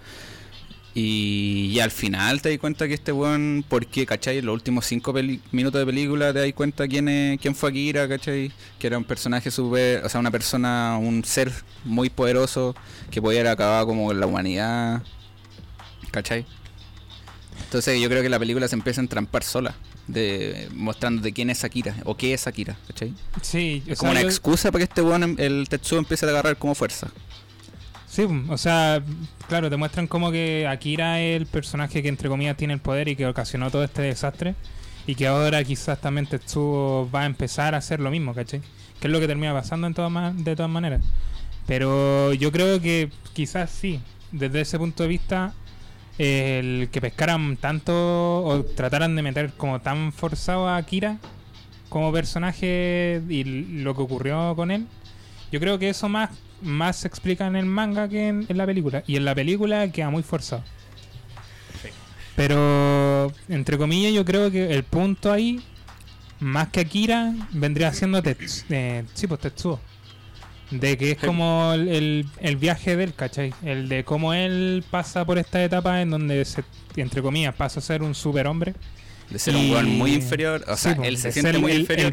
Y al final te das cuenta que este weón, porque, ¿cachai? En los últimos 5 minutos de película te das cuenta quién fue Akira, ¿cachai? Que era un personaje súper, o sea, una persona, un ser muy poderoso que podía haber acabado como con la humanidad, ¿cachai? Entonces yo creo que la película se empieza a entrampar sola, mostrándote quién es Akira, o qué es Akira, ¿cachai? Sí, Es como una excusa para que este weón, el Tetsuo, empiece a agarrar como fuerza. Sí, o sea, claro, te muestran como que Akira es el personaje que entre comillas tiene el poder y que ocasionó todo este desastre, y que ahora quizás también Tetsuo va a empezar a hacer lo mismo, ¿cachai? Que es lo que termina pasando de todas maneras. Pero yo creo que quizás sí, desde ese punto de vista, el que pescaran tanto o trataran de meter como tan forzado a Akira como personaje y lo que ocurrió con él, yo creo que eso más se explica en el manga que en la película, y en la película queda muy forzado. Sí. Pero entre comillas yo creo que el punto ahí, más que Akira, vendría siendo Tetsuo, de que es como el viaje de él, ¿cachai? El de cómo él pasa por esta etapa en donde entre comillas pasa a ser un superhombre. De ser un weón muy inferior, o sea, él se siente muy inferior.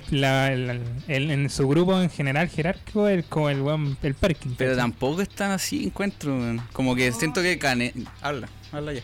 En su grupo en general jerárquico, como el weón, el Perkin. Pero ¿cachai? tampoco es tan así, encuentro, weón. Como que siento que habla ya.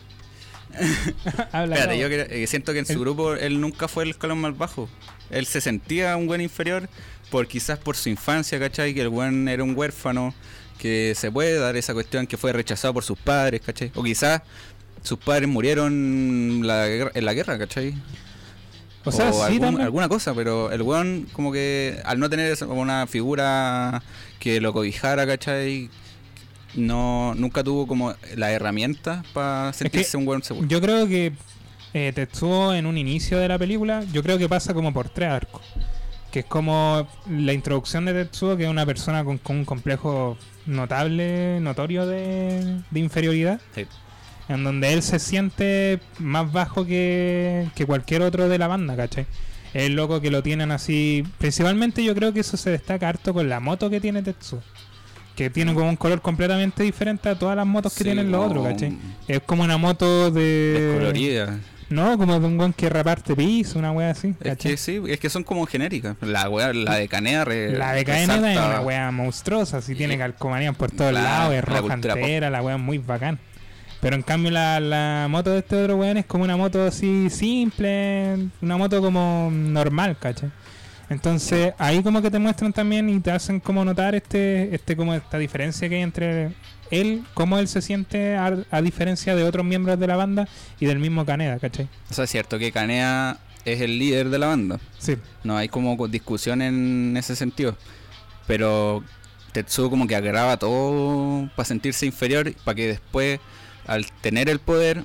Habla, Espérate, no. yo siento que en su grupo él nunca fue el escalón más bajo. Él se sentía un buen inferior quizás por su infancia, ¿cachai? Que el buen era un huérfano, que se puede dar esa cuestión que fue rechazado por sus padres, ¿cachai? O quizás sus padres murieron en la guerra, ¿cachai? O sea, sí, alguna cosa, pero el weón como que al no tener una figura que lo cobijara, ¿cachai? Nunca tuvo como la herramienta para sentirse un weón seguro. Yo creo que Tetsuo en un inicio de la película, yo creo que pasa como por 3 arcos. Que es como la introducción de Tetsuo, que es una persona con un complejo notorio de inferioridad. Sí. En donde él se siente más bajo que cualquier otro de la banda, ¿cachai? El loco que lo tienen así. Principalmente yo creo que eso se destaca harto con la moto que tiene Tetsuo, que tiene como un color completamente diferente a todas las motos que tienen los otros, ¿cachai? Es como una moto descolorida. No, como de un guan que reparte piso, una wea así, ¿cachai? Es que son como genéricas. La de Canea la de Canea es una wea monstruosa, si tiene calcomanías por todos lados, es roja entera, la wea es muy bacán. Pero en cambio la moto de este otro weón es como una moto así simple, una moto como normal, ¿cachai? Entonces ahí como que te muestran también y te hacen como notar como esta diferencia que hay entre él, cómo él se siente a diferencia de otros miembros de la banda y del mismo Kaneda, ¿cachai? O sea, es cierto que Kanea es el líder de la banda. Sí. No hay como discusión en ese sentido. Pero Tetsuo como que agrava todo para sentirse inferior, para que después, al tener el poder,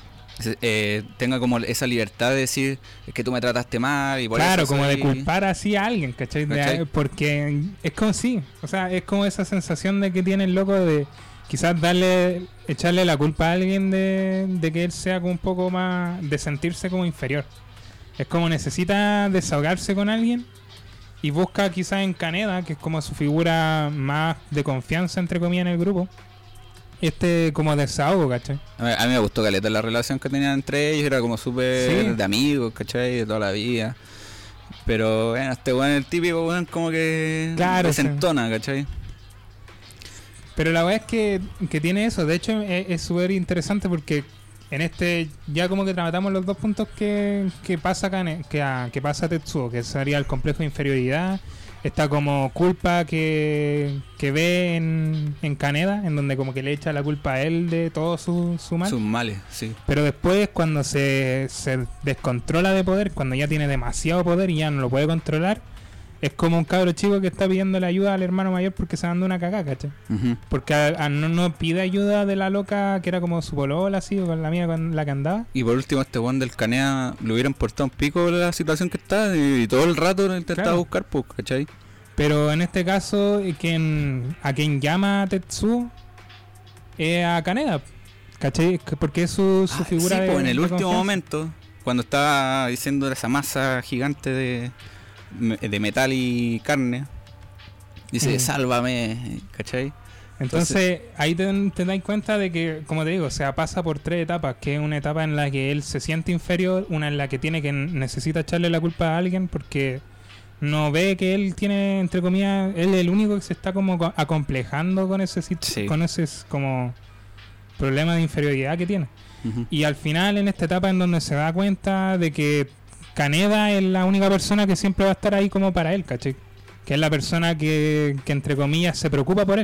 tenga como esa libertad de decir, es que tú me trataste mal y por claro, eso como de culpar así a alguien, ¿cachai? Porque es como sí, o sea, es como esa sensación de que tiene el loco de quizás echarle la culpa a alguien de que él sea como un poco más, de sentirse como inferior. Es como necesita desahogarse con alguien y busca quizás en Kaneda, que es como su figura más de confianza, entre comillas, en el grupo, como desahogo, ¿cachai? A mí me gustó caleta la relación que tenían entre ellos, era como súper Sí. de amigos, ¿cachai? De toda la vida. Pero bueno, este weón es el típico weón como que Claro, desentona, ¿cachai? Pero la verdad es que tiene eso. De hecho, es súper interesante porque en ya como que tratamos los dos puntos que pasa que pasa Tetsuo, que sería el complejo de inferioridad, esta como culpa que ve en Kaneda, en donde como que le echa la culpa a él de todo su mal. Sus males, sí. Pero después cuando se descontrola de poder, cuando ya tiene demasiado poder y ya no lo puede controlar, es como un cabro chico que está pidiéndole ayuda al hermano mayor porque se mandó una cagada, ¿cachai? Ujú. Porque no pide ayuda de la loca que era como su polola, así, o con la mía con la que andaba. Y por último, este weón del Canea le hubiera importado un pico la situación que está y todo el rato lo intentaba Claro. buscar, pues, ¿cachai? Pero en este caso, a quien llama Tetsuo es a Kaneda, ¿cachai? Porque es su figura sí, de pues, en el de último confianza. momento, cuando estaba diciendo esa masa gigante de metal y carne, dice, Mm. sálvame, ¿cachai? Entonces ahí te das cuenta de que, como te digo, o sea, pasa por 3 etapas, que es una etapa en la que él se siente inferior, una en la que necesita echarle la culpa a alguien porque no ve que él tiene, entre comillas, él es el único que se está como acomplejando con ese Sí. con ese como problema de inferioridad que tiene. Ujú. Y al final, en esta etapa en donde se da cuenta de que Kaneda es la única persona que siempre va a estar ahí como para él, ¿cachai? Que es la persona que entre comillas se preocupa por él.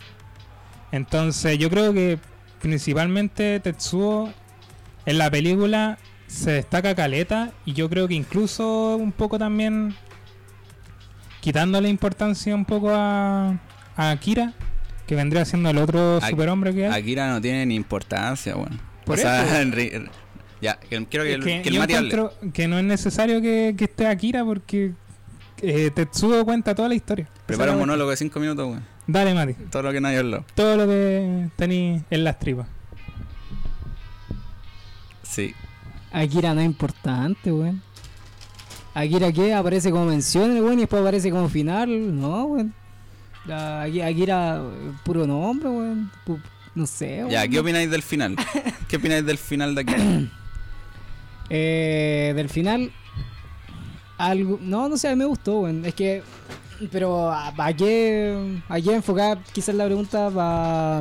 Entonces yo creo que principalmente Tetsuo en la película se destaca caleta, y yo creo que incluso un poco también quitándole importancia un poco a Akira, que vendría siendo el otro superhombre que hay. Akira no tiene ni importancia, weón. Por O sea, eso. ya, quiero Es que el yo Mati hable. encuentro que no es necesario que esté Akira porque Tetsuo cuenta toda la historia. Prepara un Esa es la monólogo de 5 minutos, weón. cuestión. Dale, Mati. Todo lo que nadie ha hablado. Todo lo que tenéis en las tripas. Sí. Akira no es importante, weón. Akira, ¿qué? Aparece como mención, weón, y después aparece como final. No, weón. Akira, puro nombre, weón. No sé, weón. Ya, ¿qué opináis del final? ¿Qué opináis del final de Akira? Del final, algo. No sé, me gustó, weón. Es que. Pero, ¿a qué enfocar quizás la pregunta? ¿A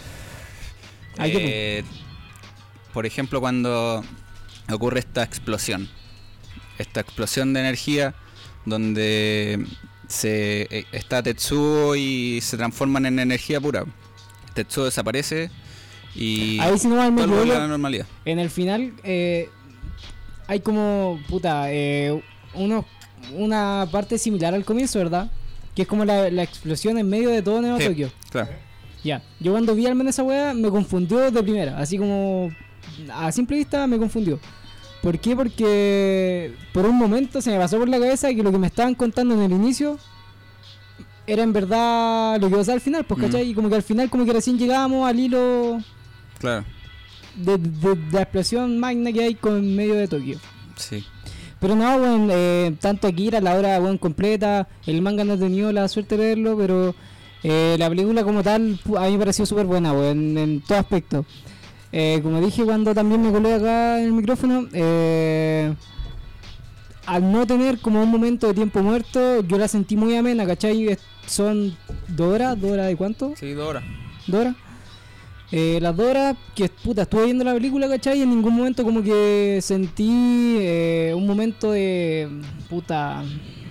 qué? Por ejemplo, cuando ocurre esta explosión de energía donde está Tetsuo y se transforman en energía pura. Tetsuo desaparece y Ahí si no mal me todo vuelve a equivoco, la normalidad. en el final hay como, una parte similar al comienzo, ¿verdad? Que es como la explosión en medio de todo Neo Sí. Tokio. Claro. Ya, yo cuando vi al menos esa weá me confundió de primera, así como a simple vista me confundió. ¿Por qué? Porque por un momento se me pasó por la cabeza que lo que me estaban contando en el inicio era en verdad lo que pasaba al final, pues, ¿cachai? Y como que al final como que recién llegábamos al hilo Claro. de la explosión magna que hay con medio de Tokio. Sí. Pero no, weón, tanto Akira, la obra, weón, completa, el manga no he tenido la suerte de verlo, pero la película como tal a mí me pareció súper buena, weón, en todo aspecto. Como dije cuando también me colé acá en el micrófono, al no tener como un momento de tiempo muerto, yo la sentí muy amena, ¿cachai? Son 2 horas, ¿2 horas de cuánto? Sí, 2 horas. 2 horas. Las 2 horas que puta, estuve viendo la película, ¿cachai? Y en ningún momento como que sentí un momento de puta.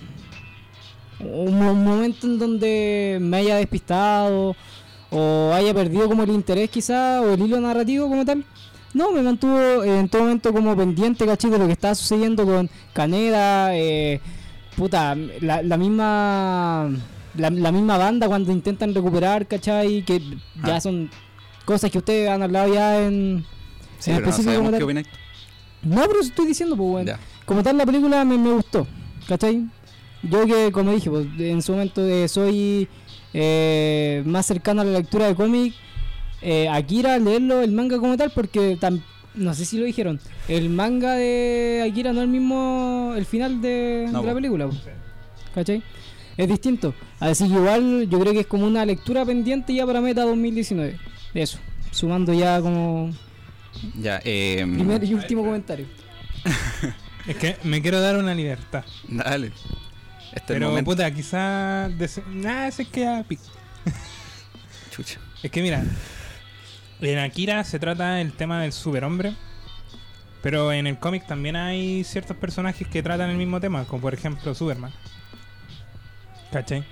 Un momento en donde me haya despistado o haya perdido como el interés quizá o el hilo narrativo como tal. No, me mantuvo en todo momento como pendiente, ¿cachai? De lo que estaba sucediendo con Kaneda, puta, la misma banda cuando intentan recuperar, ¿cachai? Que ya son cosas que ustedes han hablado ya en Sí, en pero no específico sabemos como qué tal. opináis. No, pero eso estoy diciendo, pues, bueno. Ya. Como tal, la película me gustó, ¿cachai? Yo que, como dije, pues, en su momento soy más cercano a la lectura de cómic, Akira leerlo, el manga como tal, porque no sé si lo dijeron, el manga de Akira no es el mismo, el final de la película, po. ¿Cachai? Es distinto. Así que igual yo creo que es como una lectura pendiente ya para Meta 2019. Eso, sumando ya como Ya, primer y último comentario. Es que me quiero dar una libertad. Dale. Pero puta, quizás... Nada, es que ya... Chucha. Es que mira, en Akira se trata el tema del superhombre, pero en el cómic también hay ciertos personajes que tratan el mismo tema, como por ejemplo Superman. ¿Cachai?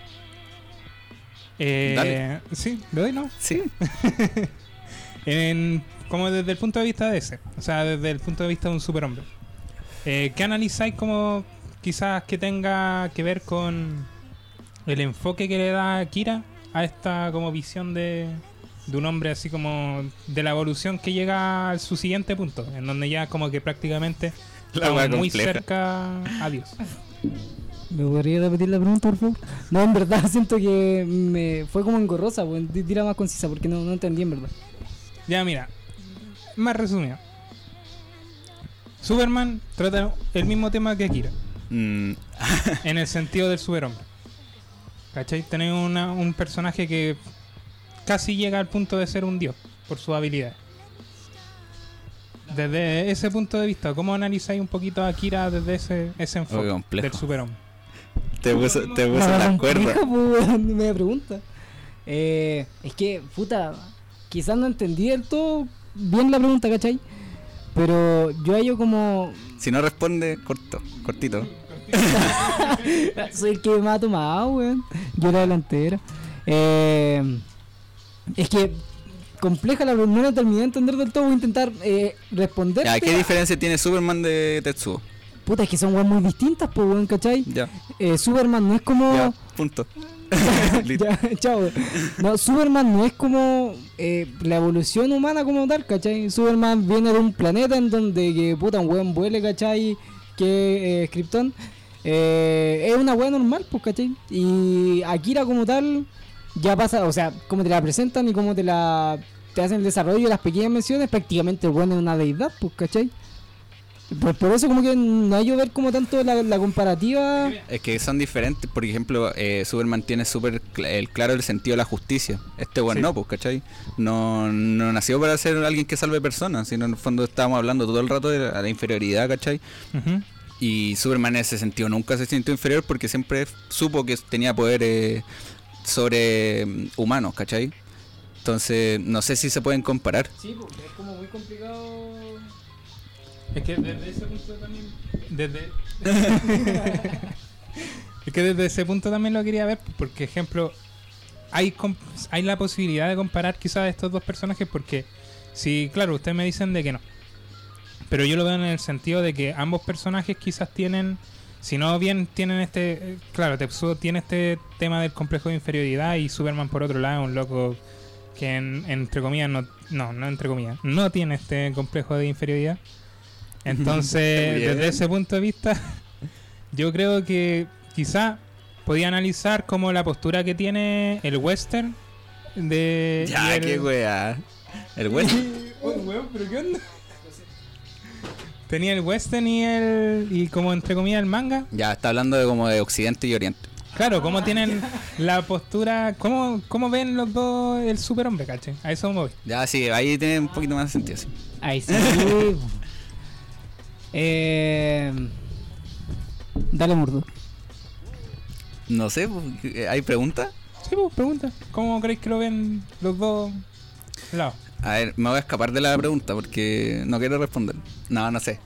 Dale. Sí, ¿lo doy, no? Sí. Como desde el punto de vista de ese, o sea, desde el punto de vista de un superhombre. ¿Qué analizáis como quizás que tenga que ver con el enfoque que le da Akira a esta como visión de un hombre, así como de la evolución que llega a su siguiente punto, en donde ya como que prácticamente estamos muy cerca a Dios? ¿Me podría repetir la pregunta, por favor? No, en verdad siento que me fue como engorrosa, pues, tira más concisa porque no entendí en verdad. Ya, mira, más resumido. Superman trata el mismo tema que Akira. En el sentido del superhombre. ¿Cachai? Tener un personaje que casi llega al punto de ser un dios por sus habilidades. Desde ese punto de vista, ¿cómo analizáis un poquito a Akira desde ese enfoque del superhombre? Te puso las cuerdas. Me pregunta. Es que, puta, quizás no entendí del todo bien la pregunta, ¿cachai? Pero yo hallo como... Si no responde, cortito. Soy el que me ha tomado, weón. Yo la delantera. Es que compleja la pregunta, no la terminé de entender del todo. Voy a intentar responder. ¿Qué diferencia tiene Superman de Tetsuo? Puta, es que son weas muy distintas, pues, weón, ¿cachai? Ya. Superman no es como... Ya, punto. Ya, chao. No, Superman no es como la evolución humana como tal, ¿cachai? Superman viene de un planeta en donde que puta un weón vuele, ¿cachai? Que Krypton es una wea normal, pues, ¿cachai? Y Akira como tal ya pasa, o sea, como te la presentan y como te hacen el desarrollo de las pequeñas menciones, prácticamente el weón es una deidad, pues, ¿cachai? Pues por eso como que no hay que ver como tanto la comparativa. Es que son diferentes. Por ejemplo, Superman tiene súper claro el sentido de la justicia. Este bueno, sí. No, pues, ¿cachai? No nació para ser alguien que salve personas, sino en el fondo estábamos hablando todo el rato de la inferioridad, ¿cachai? Uh-huh. Y Superman en ese sentido nunca se sintió inferior porque siempre supo que tenía poderes sobre humanos, ¿cachai? Entonces, no sé si se pueden comparar. Sí, porque es como muy complicado. Es que desde ese punto también... Es que desde ese punto también lo quería ver, porque, ejemplo, hay la posibilidad de comparar quizás estos dos personajes, porque, sí, claro, ustedes me dicen de que no. Pero yo lo veo en el sentido de que ambos personajes quizás tienen... Si no bien tienen claro, Tetsuo tiene este tema del complejo de inferioridad y Superman, por otro lado, es un loco que, entre comillas, no entre comillas, no tiene este complejo de inferioridad. Entonces, desde ese punto de vista, yo creo que quizá podía analizar como la postura que tiene el western de... Ya, qué wea. El western. Weón, pero ¿qué onda? Tenía el western y como entre comillas el manga. Ya, está hablando de como de Occidente y Oriente. Claro, cómo tienen la postura, cómo ven los dos el superhombre, ¿cachai? A eso me voy. Ya, sí, ahí tiene un poquito más de sentido, sí. Ahí sí. Dale, Murdo. No sé, ¿hay preguntas? Sí, pues, pregunta. ¿Cómo creéis que lo ven los dos lados? A ver, me voy a escapar de la pregunta porque no quiero responder. No sé.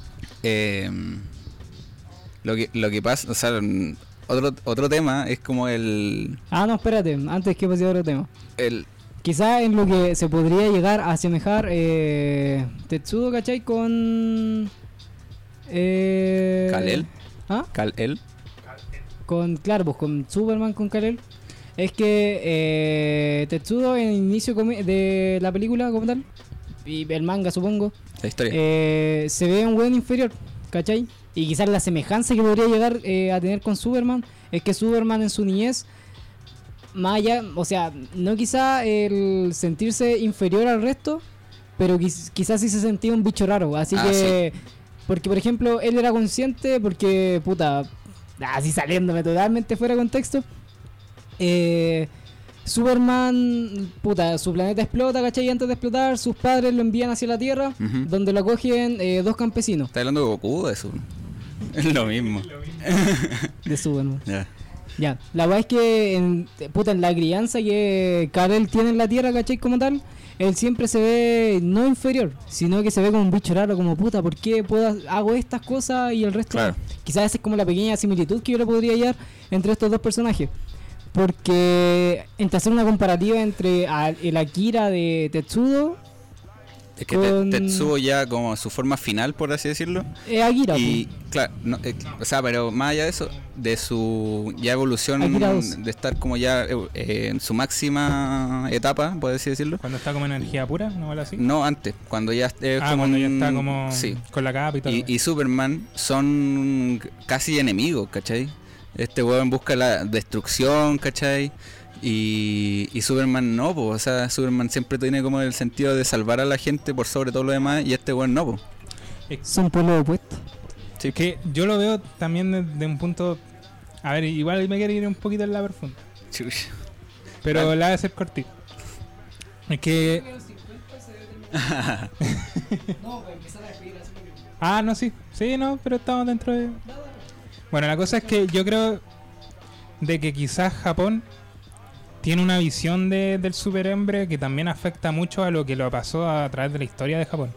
Lo que pasa, o sea, otro tema es como el... No, espérate, antes que pase a otro tema. Quizá en lo que se podría llegar a asemejar Tetsuo, ¿cachai? Con... Kal-El. Kal-El. Claro, pues con Superman, con Kal-El. Es que Tetsuo en el inicio de la película como tal, y el manga supongo, la historia, se ve un buen inferior, ¿cachai? Y quizás la semejanza que podría llegar a tener con Superman es que Superman en su niñez más allá, o sea, no quizá el sentirse inferior al resto, pero quizás sí se sentía un bicho raro, así que... Sí. Porque, por ejemplo, él era consciente porque, puta, así saliéndome totalmente fuera de contexto, Superman, puta, su planeta explota, ¿cachai? Y antes de explotar, sus padres lo envían hacia la Tierra, donde lo acogen 2 campesinos. ¿Estás hablando de Goku o de Superman? Es lo mismo. De Superman. Ya. Ya, la verdad es que en la crianza que Kal-El tiene en la Tierra, ¿cachai? Como tal, él siempre se ve no inferior, sino que se ve como un bicho raro, como puta, ¿por qué hago estas cosas y el resto? Claro. Quizás esa es como la pequeña similitud que yo le podría hallar entre estos dos personajes. Porque entre hacer una comparativa entre el Akira de Tetsudo... Es que Tetsuo ya como su forma final, por así decirlo. Akira. Y claro, no, o sea, pero más allá de eso, de su ya evolución, de estar como ya en su máxima etapa, por así decirlo. Cuando está como energía pura, ¿no vale así? No, antes, cuando ya cuando ya está como con la capa y todo. Y Superman son casi enemigos, ¿cachai? Este weón busca la destrucción, ¿cachai? Y Superman no, pues, o sea, Superman siempre tiene como el sentido de salvar a la gente por sobre todo lo demás, y este weón no, pues. Son polos opuestos. Sí, que yo lo veo también desde un punto... A ver, igual me quiero ir un poquito en la profunda. Pero la voy a hacer cortito. Es que... no, sí. Sí, no, pero estamos dentro de... Bueno, la cosa es que yo creo de que quizás Japón tiene una visión del superhombre que también afecta mucho a lo que lo pasó a través de la historia de Japón.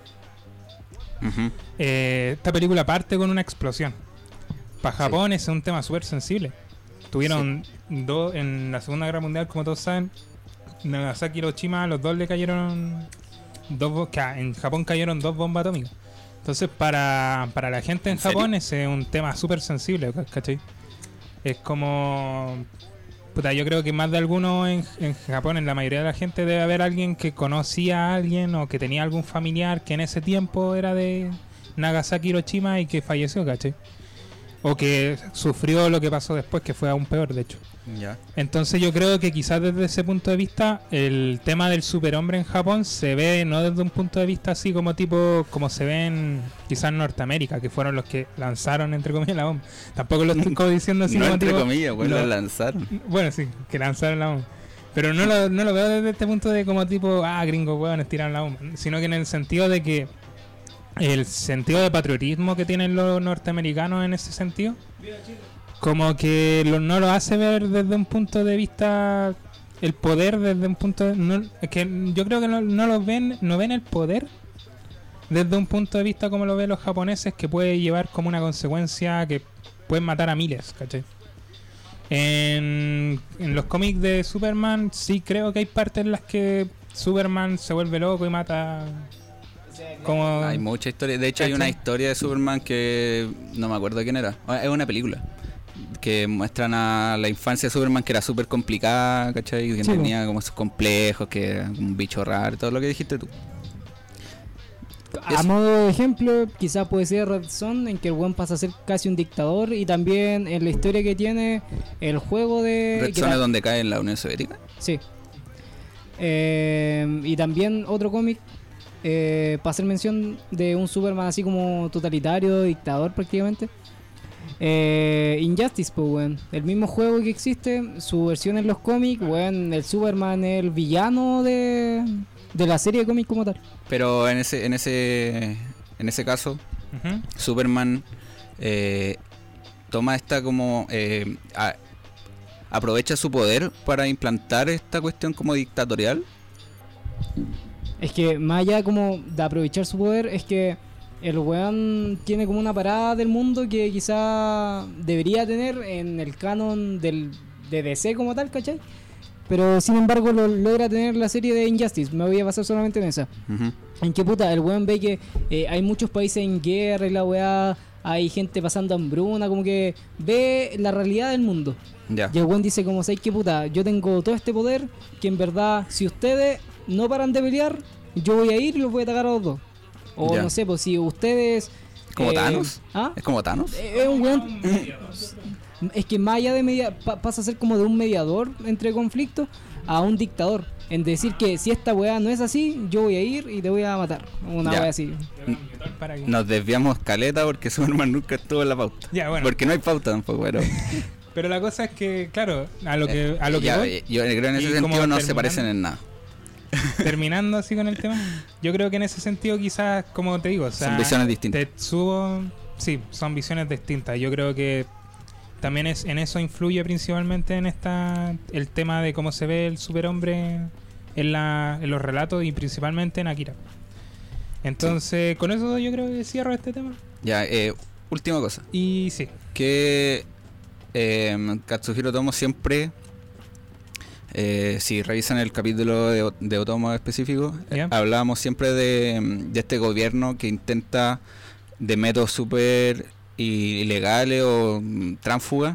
Esta película parte con una explosión. Para Japón es un tema súper sensible. Tuvieron en la Segunda Guerra Mundial, como todos saben, Nagasaki y Hiroshima, los dos le cayeron en Japón cayeron 2 bombas atómicas. Entonces para la gente en Japón ese es un tema súper sensible, ¿cachai? Es como... Puta, yo creo que más de alguno en Japón, en la mayoría de la gente, debe haber alguien que conocía a alguien o que tenía algún familiar que en ese tiempo era de Nagasaki, Hiroshima y que falleció, ¿cachai? O que sufrió lo que pasó después, que fue aún peor, de hecho. Ya. Entonces yo creo que quizás desde ese punto de vista el tema del superhombre en Japón se ve no desde un punto de vista así como se ve en quizás en Norteamérica, que fueron los que lanzaron entre comillas la bomba. Tampoco lo estoy diciendo así no como entre comillas, pues lo lanzaron. Bueno, sí, que lanzaron la bomba. Pero no lo veo desde este punto de como gringos huevones tiraron la bomba, sino que en el sentido de que el sentido de patriotismo que tienen los norteamericanos en ese sentido, como que no lo hace ver desde un punto de vista el poder desde un punto de, es que yo creo que no ven el poder desde un punto de vista como lo ven los japoneses, que puede llevar como una consecuencia que pueden matar a miles, ¿cachai? En los cómics de Superman sí creo que hay partes en las que Superman se vuelve loco y mata. Como... Hay mucha historia. De hecho, hay una historia de Superman que no me acuerdo quién era. Es una película que muestran a la infancia de Superman, que era súper complicada, ¿cachai? Que tenía como esos complejos, que era un bicho raro, todo lo que dijiste tú. A modo de ejemplo, quizás puede ser Red Son, en que el buen pasa a ser casi un dictador, y también en la historia que tiene el juego de... ¿Red Son es donde cae en la Unión Soviética? Sí. Y también otro cómic, para hacer mención de un Superman así como totalitario, dictador prácticamente. Injustice, pues, weón. El mismo juego que existe, su versión en los cómics, weón, el Superman es el villano de la serie de cómics como tal. Pero en ese caso, Superman toma esta como... aprovecha su poder para implantar esta cuestión como dictatorial. Es que más allá como de aprovechar su poder, es que el weón tiene como una parada del mundo que quizá debería tener en el canon de DC como tal, ¿cachai? Pero sin embargo lo logra tener la serie de Injustice. Me voy a basar solamente en esa. En que puta, el weón ve que hay muchos países en guerra y la weá, hay gente pasando hambruna, como que ve la realidad del mundo. Ya. Y el weón dice como, ¿sabes qué puta? Yo tengo todo este poder que en verdad, si ustedes no paran de pelear, yo voy a ir y los voy a atacar a los dos. O Ya. no sé, pues si ustedes... ¿Como Thanos? ¿Ah? ¿Es como Thanos? Es un weón... Es que más allá de pasa a ser como de un mediador entre conflictos a un dictador. En decir que si esta weá no es así, yo voy a ir y te voy a matar. Una Ya. weá así. Para que- Nos desviamos caleta porque Superman nunca estuvo en la pauta. Ya, bueno. Porque no hay pauta tampoco, pero... Pero la cosa es que, claro, a lo que ya, voy, yo creo en ese Y como sentido no se terminando- parecen en nada. terminando así con el tema, yo creo que en ese sentido quizás, como te digo, o sea, Son visiones distintas. Tetsuo, sí, son visiones distintas. Yo creo que también en eso influye principalmente en el tema de cómo se ve el superhombre en los relatos y principalmente en Akira. Entonces, con eso yo creo que cierro este tema. Ya, última cosa. Y sí, Que Katsuhiro Otomo siempre, si revisan el capítulo de Otomo específico, Ya. hablábamos siempre de este gobierno que intenta de métodos súper ilegales o tránsfugas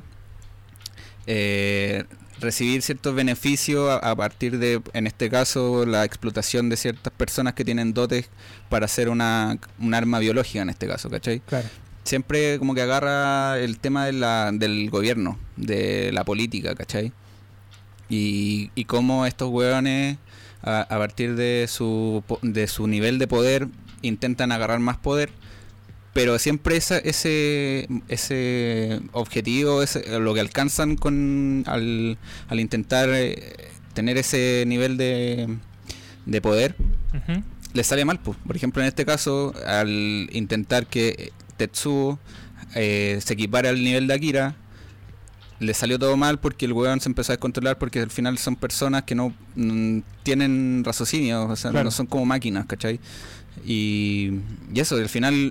recibir ciertos beneficios a partir de, en este caso, la explotación de ciertas personas que tienen dotes para hacer un arma biológica, en este caso, ¿cachai? claro. Siempre como que agarra el tema del gobierno, de la política, ¿cachai? Y cómo estos hueones, a partir de su nivel de poder, intentan agarrar más poder, pero siempre ese objetivo, lo que alcanzan al intentar tener ese nivel de poder, Ujú. les sale mal, pues. Por ejemplo, en este caso, al intentar que Tetsuo se equipara al nivel de Akira, le salió todo mal porque el weón se empezó a descontrolar, porque al final son personas que no tienen raciocinio, o sea, Claro. no son como máquinas, ¿cachai? Y eso, al final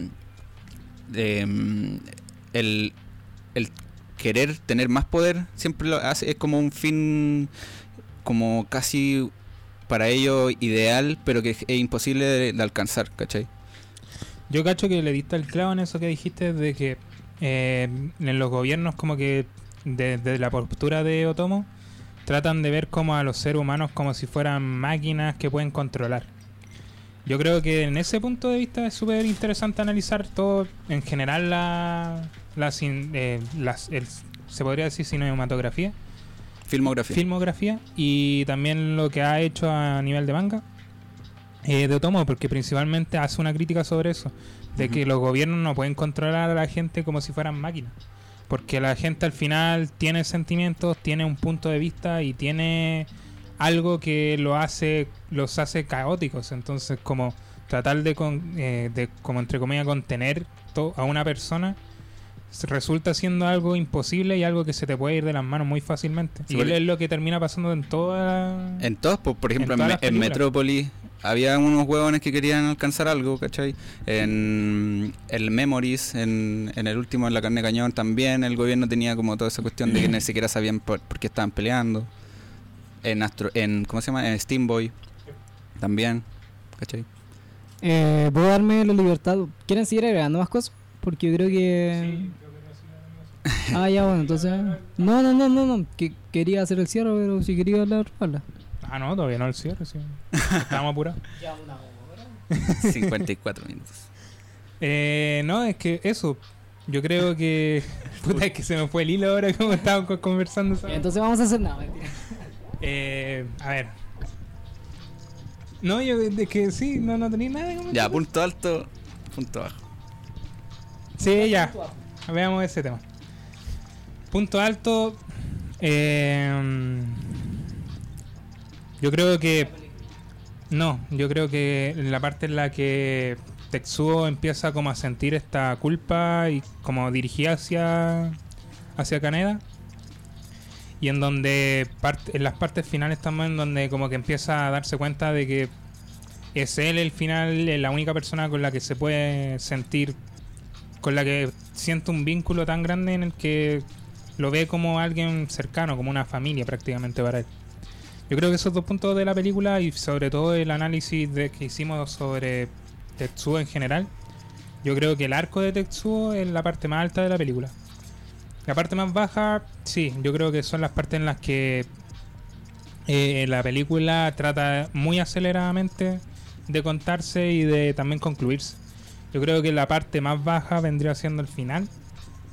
el querer tener más poder siempre lo hace, es como un fin como casi para ellos ideal, pero que es imposible de alcanzar, ¿cachai? Yo cacho que le diste el clavo en eso que dijiste de que en los gobiernos como que desde la postura de Otomo tratan de ver como a los seres humanos como si fueran máquinas que pueden controlar. Yo creo que en ese punto de vista es súper interesante analizar todo en general se podría decir cinematografía, filmografía y también lo que ha hecho a nivel de manga de Otomo, porque principalmente hace una crítica sobre eso, de que los gobiernos no pueden controlar a la gente como si fueran máquinas, porque la gente al final tiene sentimientos, tiene un punto de vista y tiene algo que los hace caóticos. Entonces, como tratar de como entre comillas contener a una persona resulta siendo algo imposible y algo que se te puede ir de las manos muy fácilmente. Sí, y porque- es lo que termina pasando en toda En todos, por ejemplo, En todas las en películas. Metrópolis había unos huevones que querían alcanzar algo, ¿cachai? En el Memories, en el último, en La Carne de Cañón, también el gobierno tenía como toda esa cuestión de que ni siquiera sabían por qué estaban peleando. En ¿cómo se llama? En Steam Boy también, ¿cachai? ¿Puedo darme la libertad? ¿Quieren seguir agregando más cosas? Porque yo creo que... Ah, ya, bueno, entonces... No, que quería hacer el cierre, pero si quería hablar, habla. Ah, no, todavía no el cierre, sí. Estábamos apurados. 54 minutos. No, es que eso. Yo creo que. Puta, es que se me fue el hilo ahora como estábamos conversando. ¿sabes? Entonces vamos a hacer nada, mentira. A ver. No, yo es que sí, no tenía nada que comentar. Ya, punto alto, punto bajo. Sí, ya. Veamos ese tema. Punto alto. Yo creo que. No, yo creo que en la parte en la que Tetsuo empieza como a sentir esta culpa y como dirigida hacia Kaneda. Y en donde en las partes finales también donde como que empieza a darse cuenta de que es él el final, la única persona con la que se puede sentir, con la que siente un vínculo tan grande en el que lo ve como alguien cercano, como una familia prácticamente para él. Yo creo que esos dos puntos de la película y sobre todo el análisis que hicimos sobre Tetsuo en general, yo creo que el arco de Tetsuo es la parte más alta de la película. La parte más baja, sí, yo creo que son las partes en las que la película trata muy aceleradamente de contarse y de también concluirse. Yo creo que la parte más baja vendría siendo el final,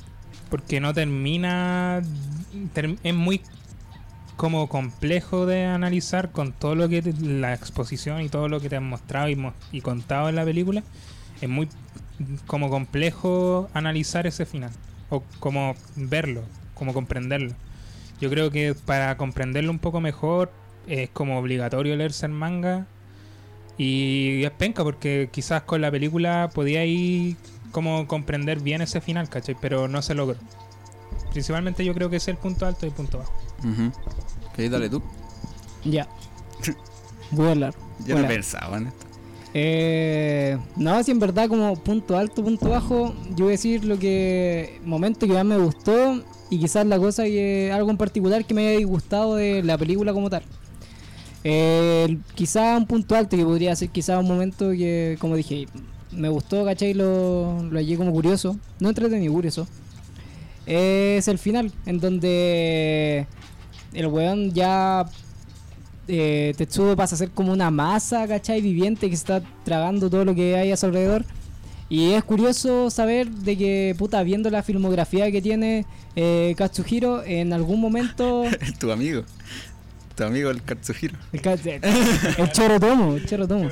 porque no termina... es muy como complejo de analizar con todo lo que la exposición y todo lo que te han mostrado y contado en la película. Es muy como complejo analizar ese final, o como verlo, como comprenderlo. Yo creo que para comprenderlo un poco mejor es como obligatorio leerse el manga, y es penca porque quizás con la película podía ir como comprender bien ese final, ¿cachai? Pero no se logró. Principalmente yo creo que ese es el punto alto y el punto bajo. Ok, dale tú. Ya. Voy a hablar. Yo Hola. no pensaba en esto. No, si en verdad como punto alto, punto bajo, yo voy a decir lo que momento que más me gustó y quizás la cosa que algo en particular que me haya disgustado de la película como tal. Quizás un punto alto que podría ser quizás un momento que, como dije, me gustó, ¿cachai? Lo hallé como curioso, no entretenido, curioso. Es el final, en donde el weón ya... Tetsudo pasa a ser como una masa, ¿cachai? Viviente que está tragando todo lo que hay a su alrededor. Y es curioso saber de que, puta, viendo la filmografía que tiene Katsuhiro, en algún momento... Tu amigo el Katsuhiro. El Chorotomo, el Chorotomo.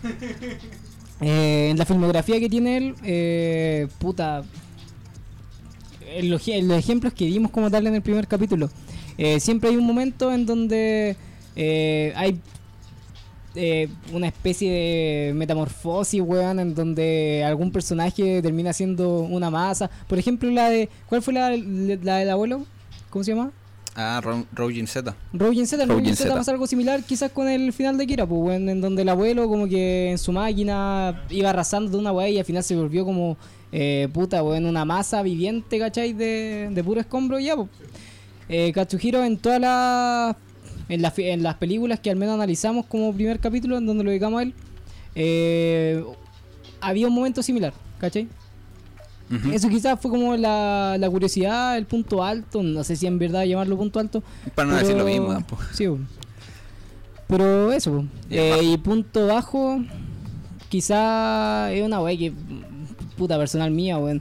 En la filmografía que tiene él, puta... En los ejemplos que vimos como tal en el primer capítulo, siempre hay un momento en donde... hay una especie de metamorfosis, weón, en donde algún personaje termina siendo una masa. Por ejemplo, ¿cuál fue la del abuelo? ¿Cómo se llama? Roujin Z. Roujin Z pasa algo similar quizás con el final de Kira, pues, weón, en donde el abuelo como que en su máquina iba arrasando de una weá y al final se volvió como puta, weón, una masa viviente, ¿cachai? De puro escombro y ya, pues. Katsuhiro en todas en las películas que al menos analizamos como primer capítulo, en donde lo dedicamos a él, había un momento similar, ¿cachai? Eso quizás fue como la curiosidad, el punto alto, no sé si en verdad llamarlo punto alto. Para no decir lo mismo tampoco. Sí, pero eso. Y punto bajo, quizás es una wey que, puta, personal mía, weón.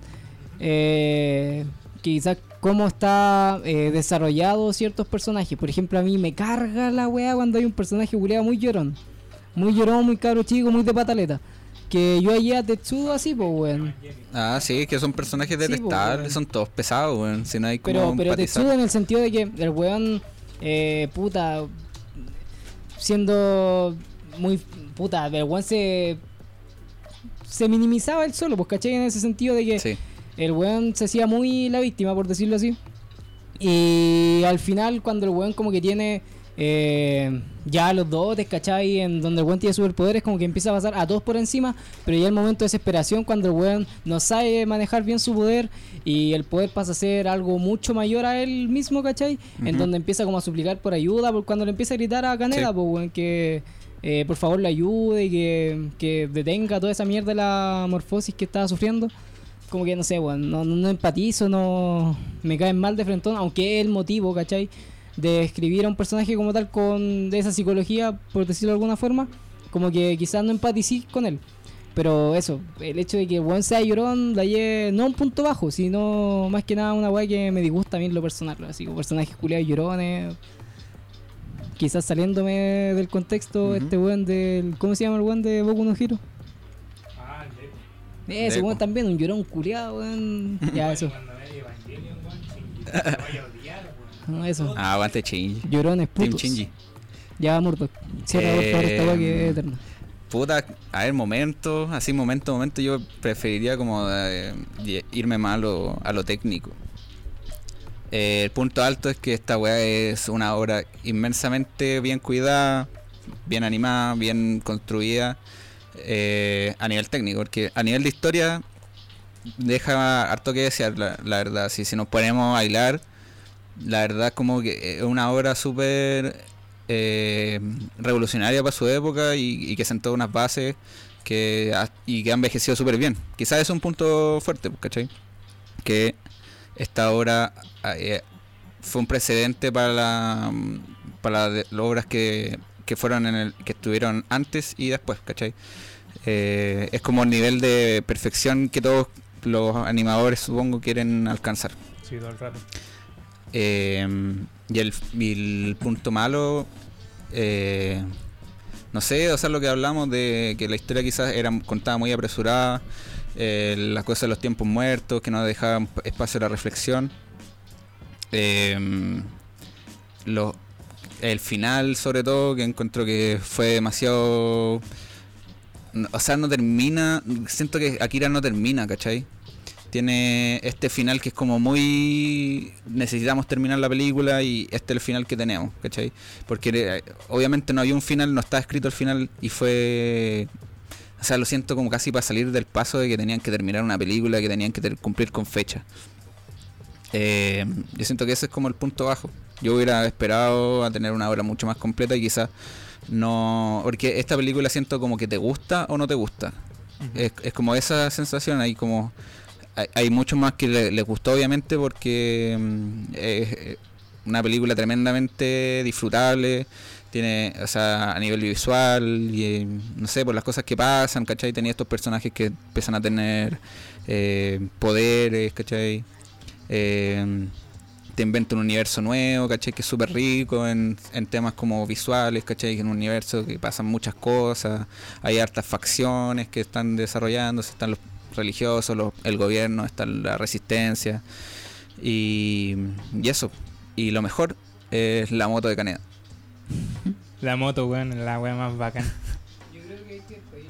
Quizás cómo está desarrollado ciertos personajes. Por ejemplo, a mí me carga la weá cuando hay un personaje culiado muy llorón, muy cabro chico, muy de pataleta. Que yo allí a Tetsudo así, pues, weón. Ah, sí, que son personajes detestables, son todos pesados, weón. Si no hay como pero Tetsudo en el sentido de que el weón, puta, siendo muy, puta, el weón se minimizaba él solo, pues, ¿cachai? En ese sentido de que sí. El weón se hacía muy la víctima, por decirlo así. Y al final, cuando el weón como que tiene ya los dotes, ¿cachai? En donde el weón tiene superpoderes, como que empieza a pasar a todos por encima. Pero ya el momento de desesperación, cuando el weón no sabe manejar bien su poder y el poder pasa a ser algo mucho mayor a él mismo, ¿cachai? En donde empieza como a suplicar por ayuda, cuando le empieza a gritar a Kaneda, sí. Pues weón, que por favor le ayude, que detenga toda esa mierda de la morfosis que estaba sufriendo. Como que no sé, weón, no empatizo, no me caen mal de frentón, aunque es el motivo, ¿cachai? De escribir a un personaje como tal de esa psicología, por decirlo de alguna forma, como que quizás no empaticé con él. Pero eso, el hecho de que el weón sea llorón, de ahí no un punto bajo, sino más que nada una weá que me disgusta a mí en lo personal, así como personajes culiados llorones. Quizás saliéndome del contexto, este weón del... ¿Cómo se llama el weón de Boku no Hero? Ese weón también, un llorón culiado, weón. Ya, eso. No, eso. Aguante Shinji. Llorones putos. Team Shinji. Ya, Murdock. Cierra por favor esta weá que es eterna. Puta, a ver, momento, yo preferiría como irme más a lo técnico. El punto alto es que esta weá es una obra inmensamente bien cuidada, bien animada, bien construida. A nivel técnico, porque a nivel de historia deja harto que desear, la verdad. Si nos ponemos a hilar, la verdad como que es una obra súper revolucionaria para su época y que sentó unas bases y que ha envejecido súper bien. Quizás es un punto fuerte, ¿cachai? Que esta obra fue un precedente para las obras que fueron que estuvieron antes y después, ¿cachai? Es como el nivel de perfección que todos los animadores, supongo, quieren alcanzar. Sí. Sí, todo el rato. Y el punto malo, no sé, o sea, lo que hablamos de que la historia quizás era contada muy apresurada, las cosas de los tiempos muertos, que no dejaban espacio a la reflexión. El final, sobre todo, que encuentro que fue demasiado... O sea, no termina... Siento que Akira no termina, ¿cachai? Tiene este final que es como muy... Necesitamos terminar la película y este es el final que tenemos, ¿cachai? Porque obviamente no había un final, no estaba escrito el final y fue... O sea, lo siento como casi para salir del paso de que tenían que terminar una película, que tenían que cumplir con fecha. Yo siento que ese es como el punto bajo. Yo hubiera esperado a tener una obra mucho más completa y quizás no... Porque esta película siento como que te gusta o no te gusta. Es como esa sensación, hay como... Hay mucho más que les gustó obviamente porque es una película tremendamente disfrutable, tiene, o sea, a nivel visual y no sé, por las cosas que pasan, ¿cachai? Tenía estos personajes que empiezan a tener poderes, ¿cachai? Te inventa un universo nuevo, ¿cachai? Que es súper rico en temas como visuales, ¿cachai? Que es un universo que pasan muchas cosas, hay hartas facciones que están desarrollándose, están los religiosos, el gobierno, está la resistencia y eso. Y lo mejor es la moto de Kaneda. La moto, weón, es la wea más bacán. Yo creo que hay que pedir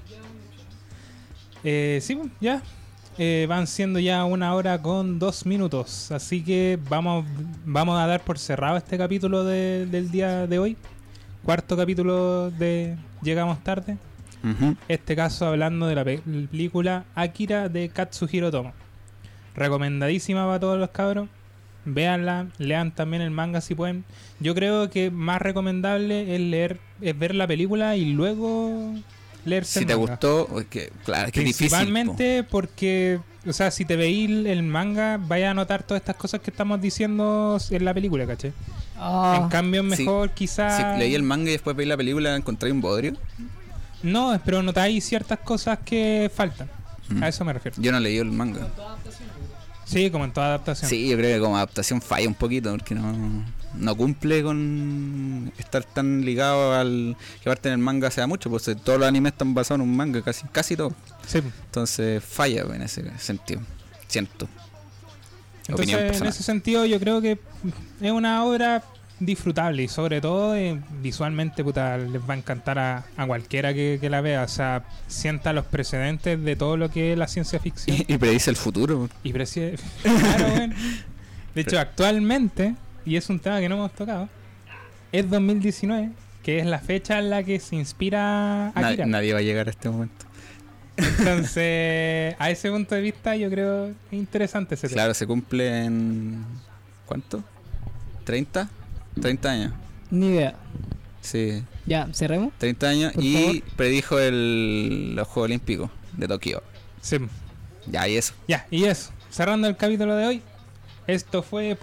ya mucho. Sí, ya. Van siendo ya 1 hora con 2 minutos. Así que vamos a dar por cerrado este capítulo del día de hoy. 4º capítulo de Llegamos Tarde. Este caso hablando de la película Akira de Katsuhiro Otomo. Recomendadísima para todos los cabros. Véanla, lean también el manga si pueden. Yo creo que más recomendable es ver la película y luego leerse si el te manga. Gustó, claro, es que es difícil. Principalmente porque, o sea, si te veis el manga, vaya a notar todas estas cosas que estamos diciendo en la película, ¿cachai? En cambio, es mejor quizás... Si leí el manga y después veis la película, ¿encontré un bodrio? No, pero notáis ciertas cosas que faltan. A eso me refiero. Yo no leí el manga. Sí, como en toda adaptación. Sí, yo creo que como adaptación falla un poquito porque no cumple con estar tan ligado al que aparte en el manga sea mucho, pues todos los animes están basados en un manga, casi todo. Sí. Entonces falla en ese sentido, siento. Entonces, en ese sentido yo creo que es una obra disfrutable y sobre todo visualmente, puta, les va a encantar a cualquiera que la vea. O sea, sienta los precedentes de todo lo que es la ciencia ficción. Y predice el futuro. Claro, bueno. De hecho, actualmente, y es un tema que no hemos tocado, es 2019, que es la fecha en la que se inspira Akira. Nadie va a llegar a este momento. Entonces, a ese punto de vista yo creo es interesante ese tema. Claro, se cumple en... ¿cuánto? ¿30? 30 años. Ni idea. Sí. Ya, cerremos. 30 años Por y favor. predijo los Juegos Olímpicos de Tokio. Sí. Ya, y eso. Ya, y eso. Cerrando el capítulo de hoy, esto fue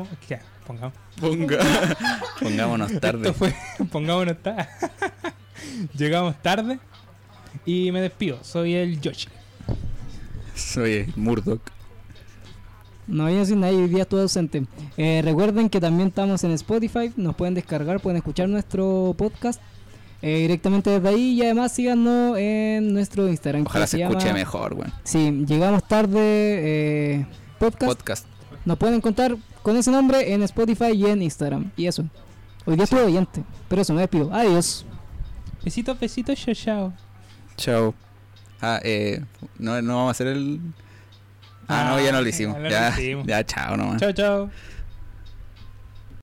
Pongámonos tarde. Esto fue Pongámonos tarde. Llegamos tarde y me despido. Soy el Yoshi. Soy Murdoch. No había sin nadie, hoy día estuve ausente. Recuerden que también estamos en Spotify, nos pueden descargar, pueden escuchar nuestro podcast directamente desde ahí y además síganos en nuestro Instagram. Ojalá que se llama- escuche mejor, güey. Sí, Llegamos Tarde podcast. Nos pueden encontrar con ese nombre en Spotify y en Instagram. Y eso. Hoy día estuve oyente, pero eso me despido. Adiós. Besitos, besitos, chao, chao. Chao. No vamos a hacer el... no, ya no lo hicimos. Ya lo Ya, hicimos. ya, chao nomás. Chao, chao.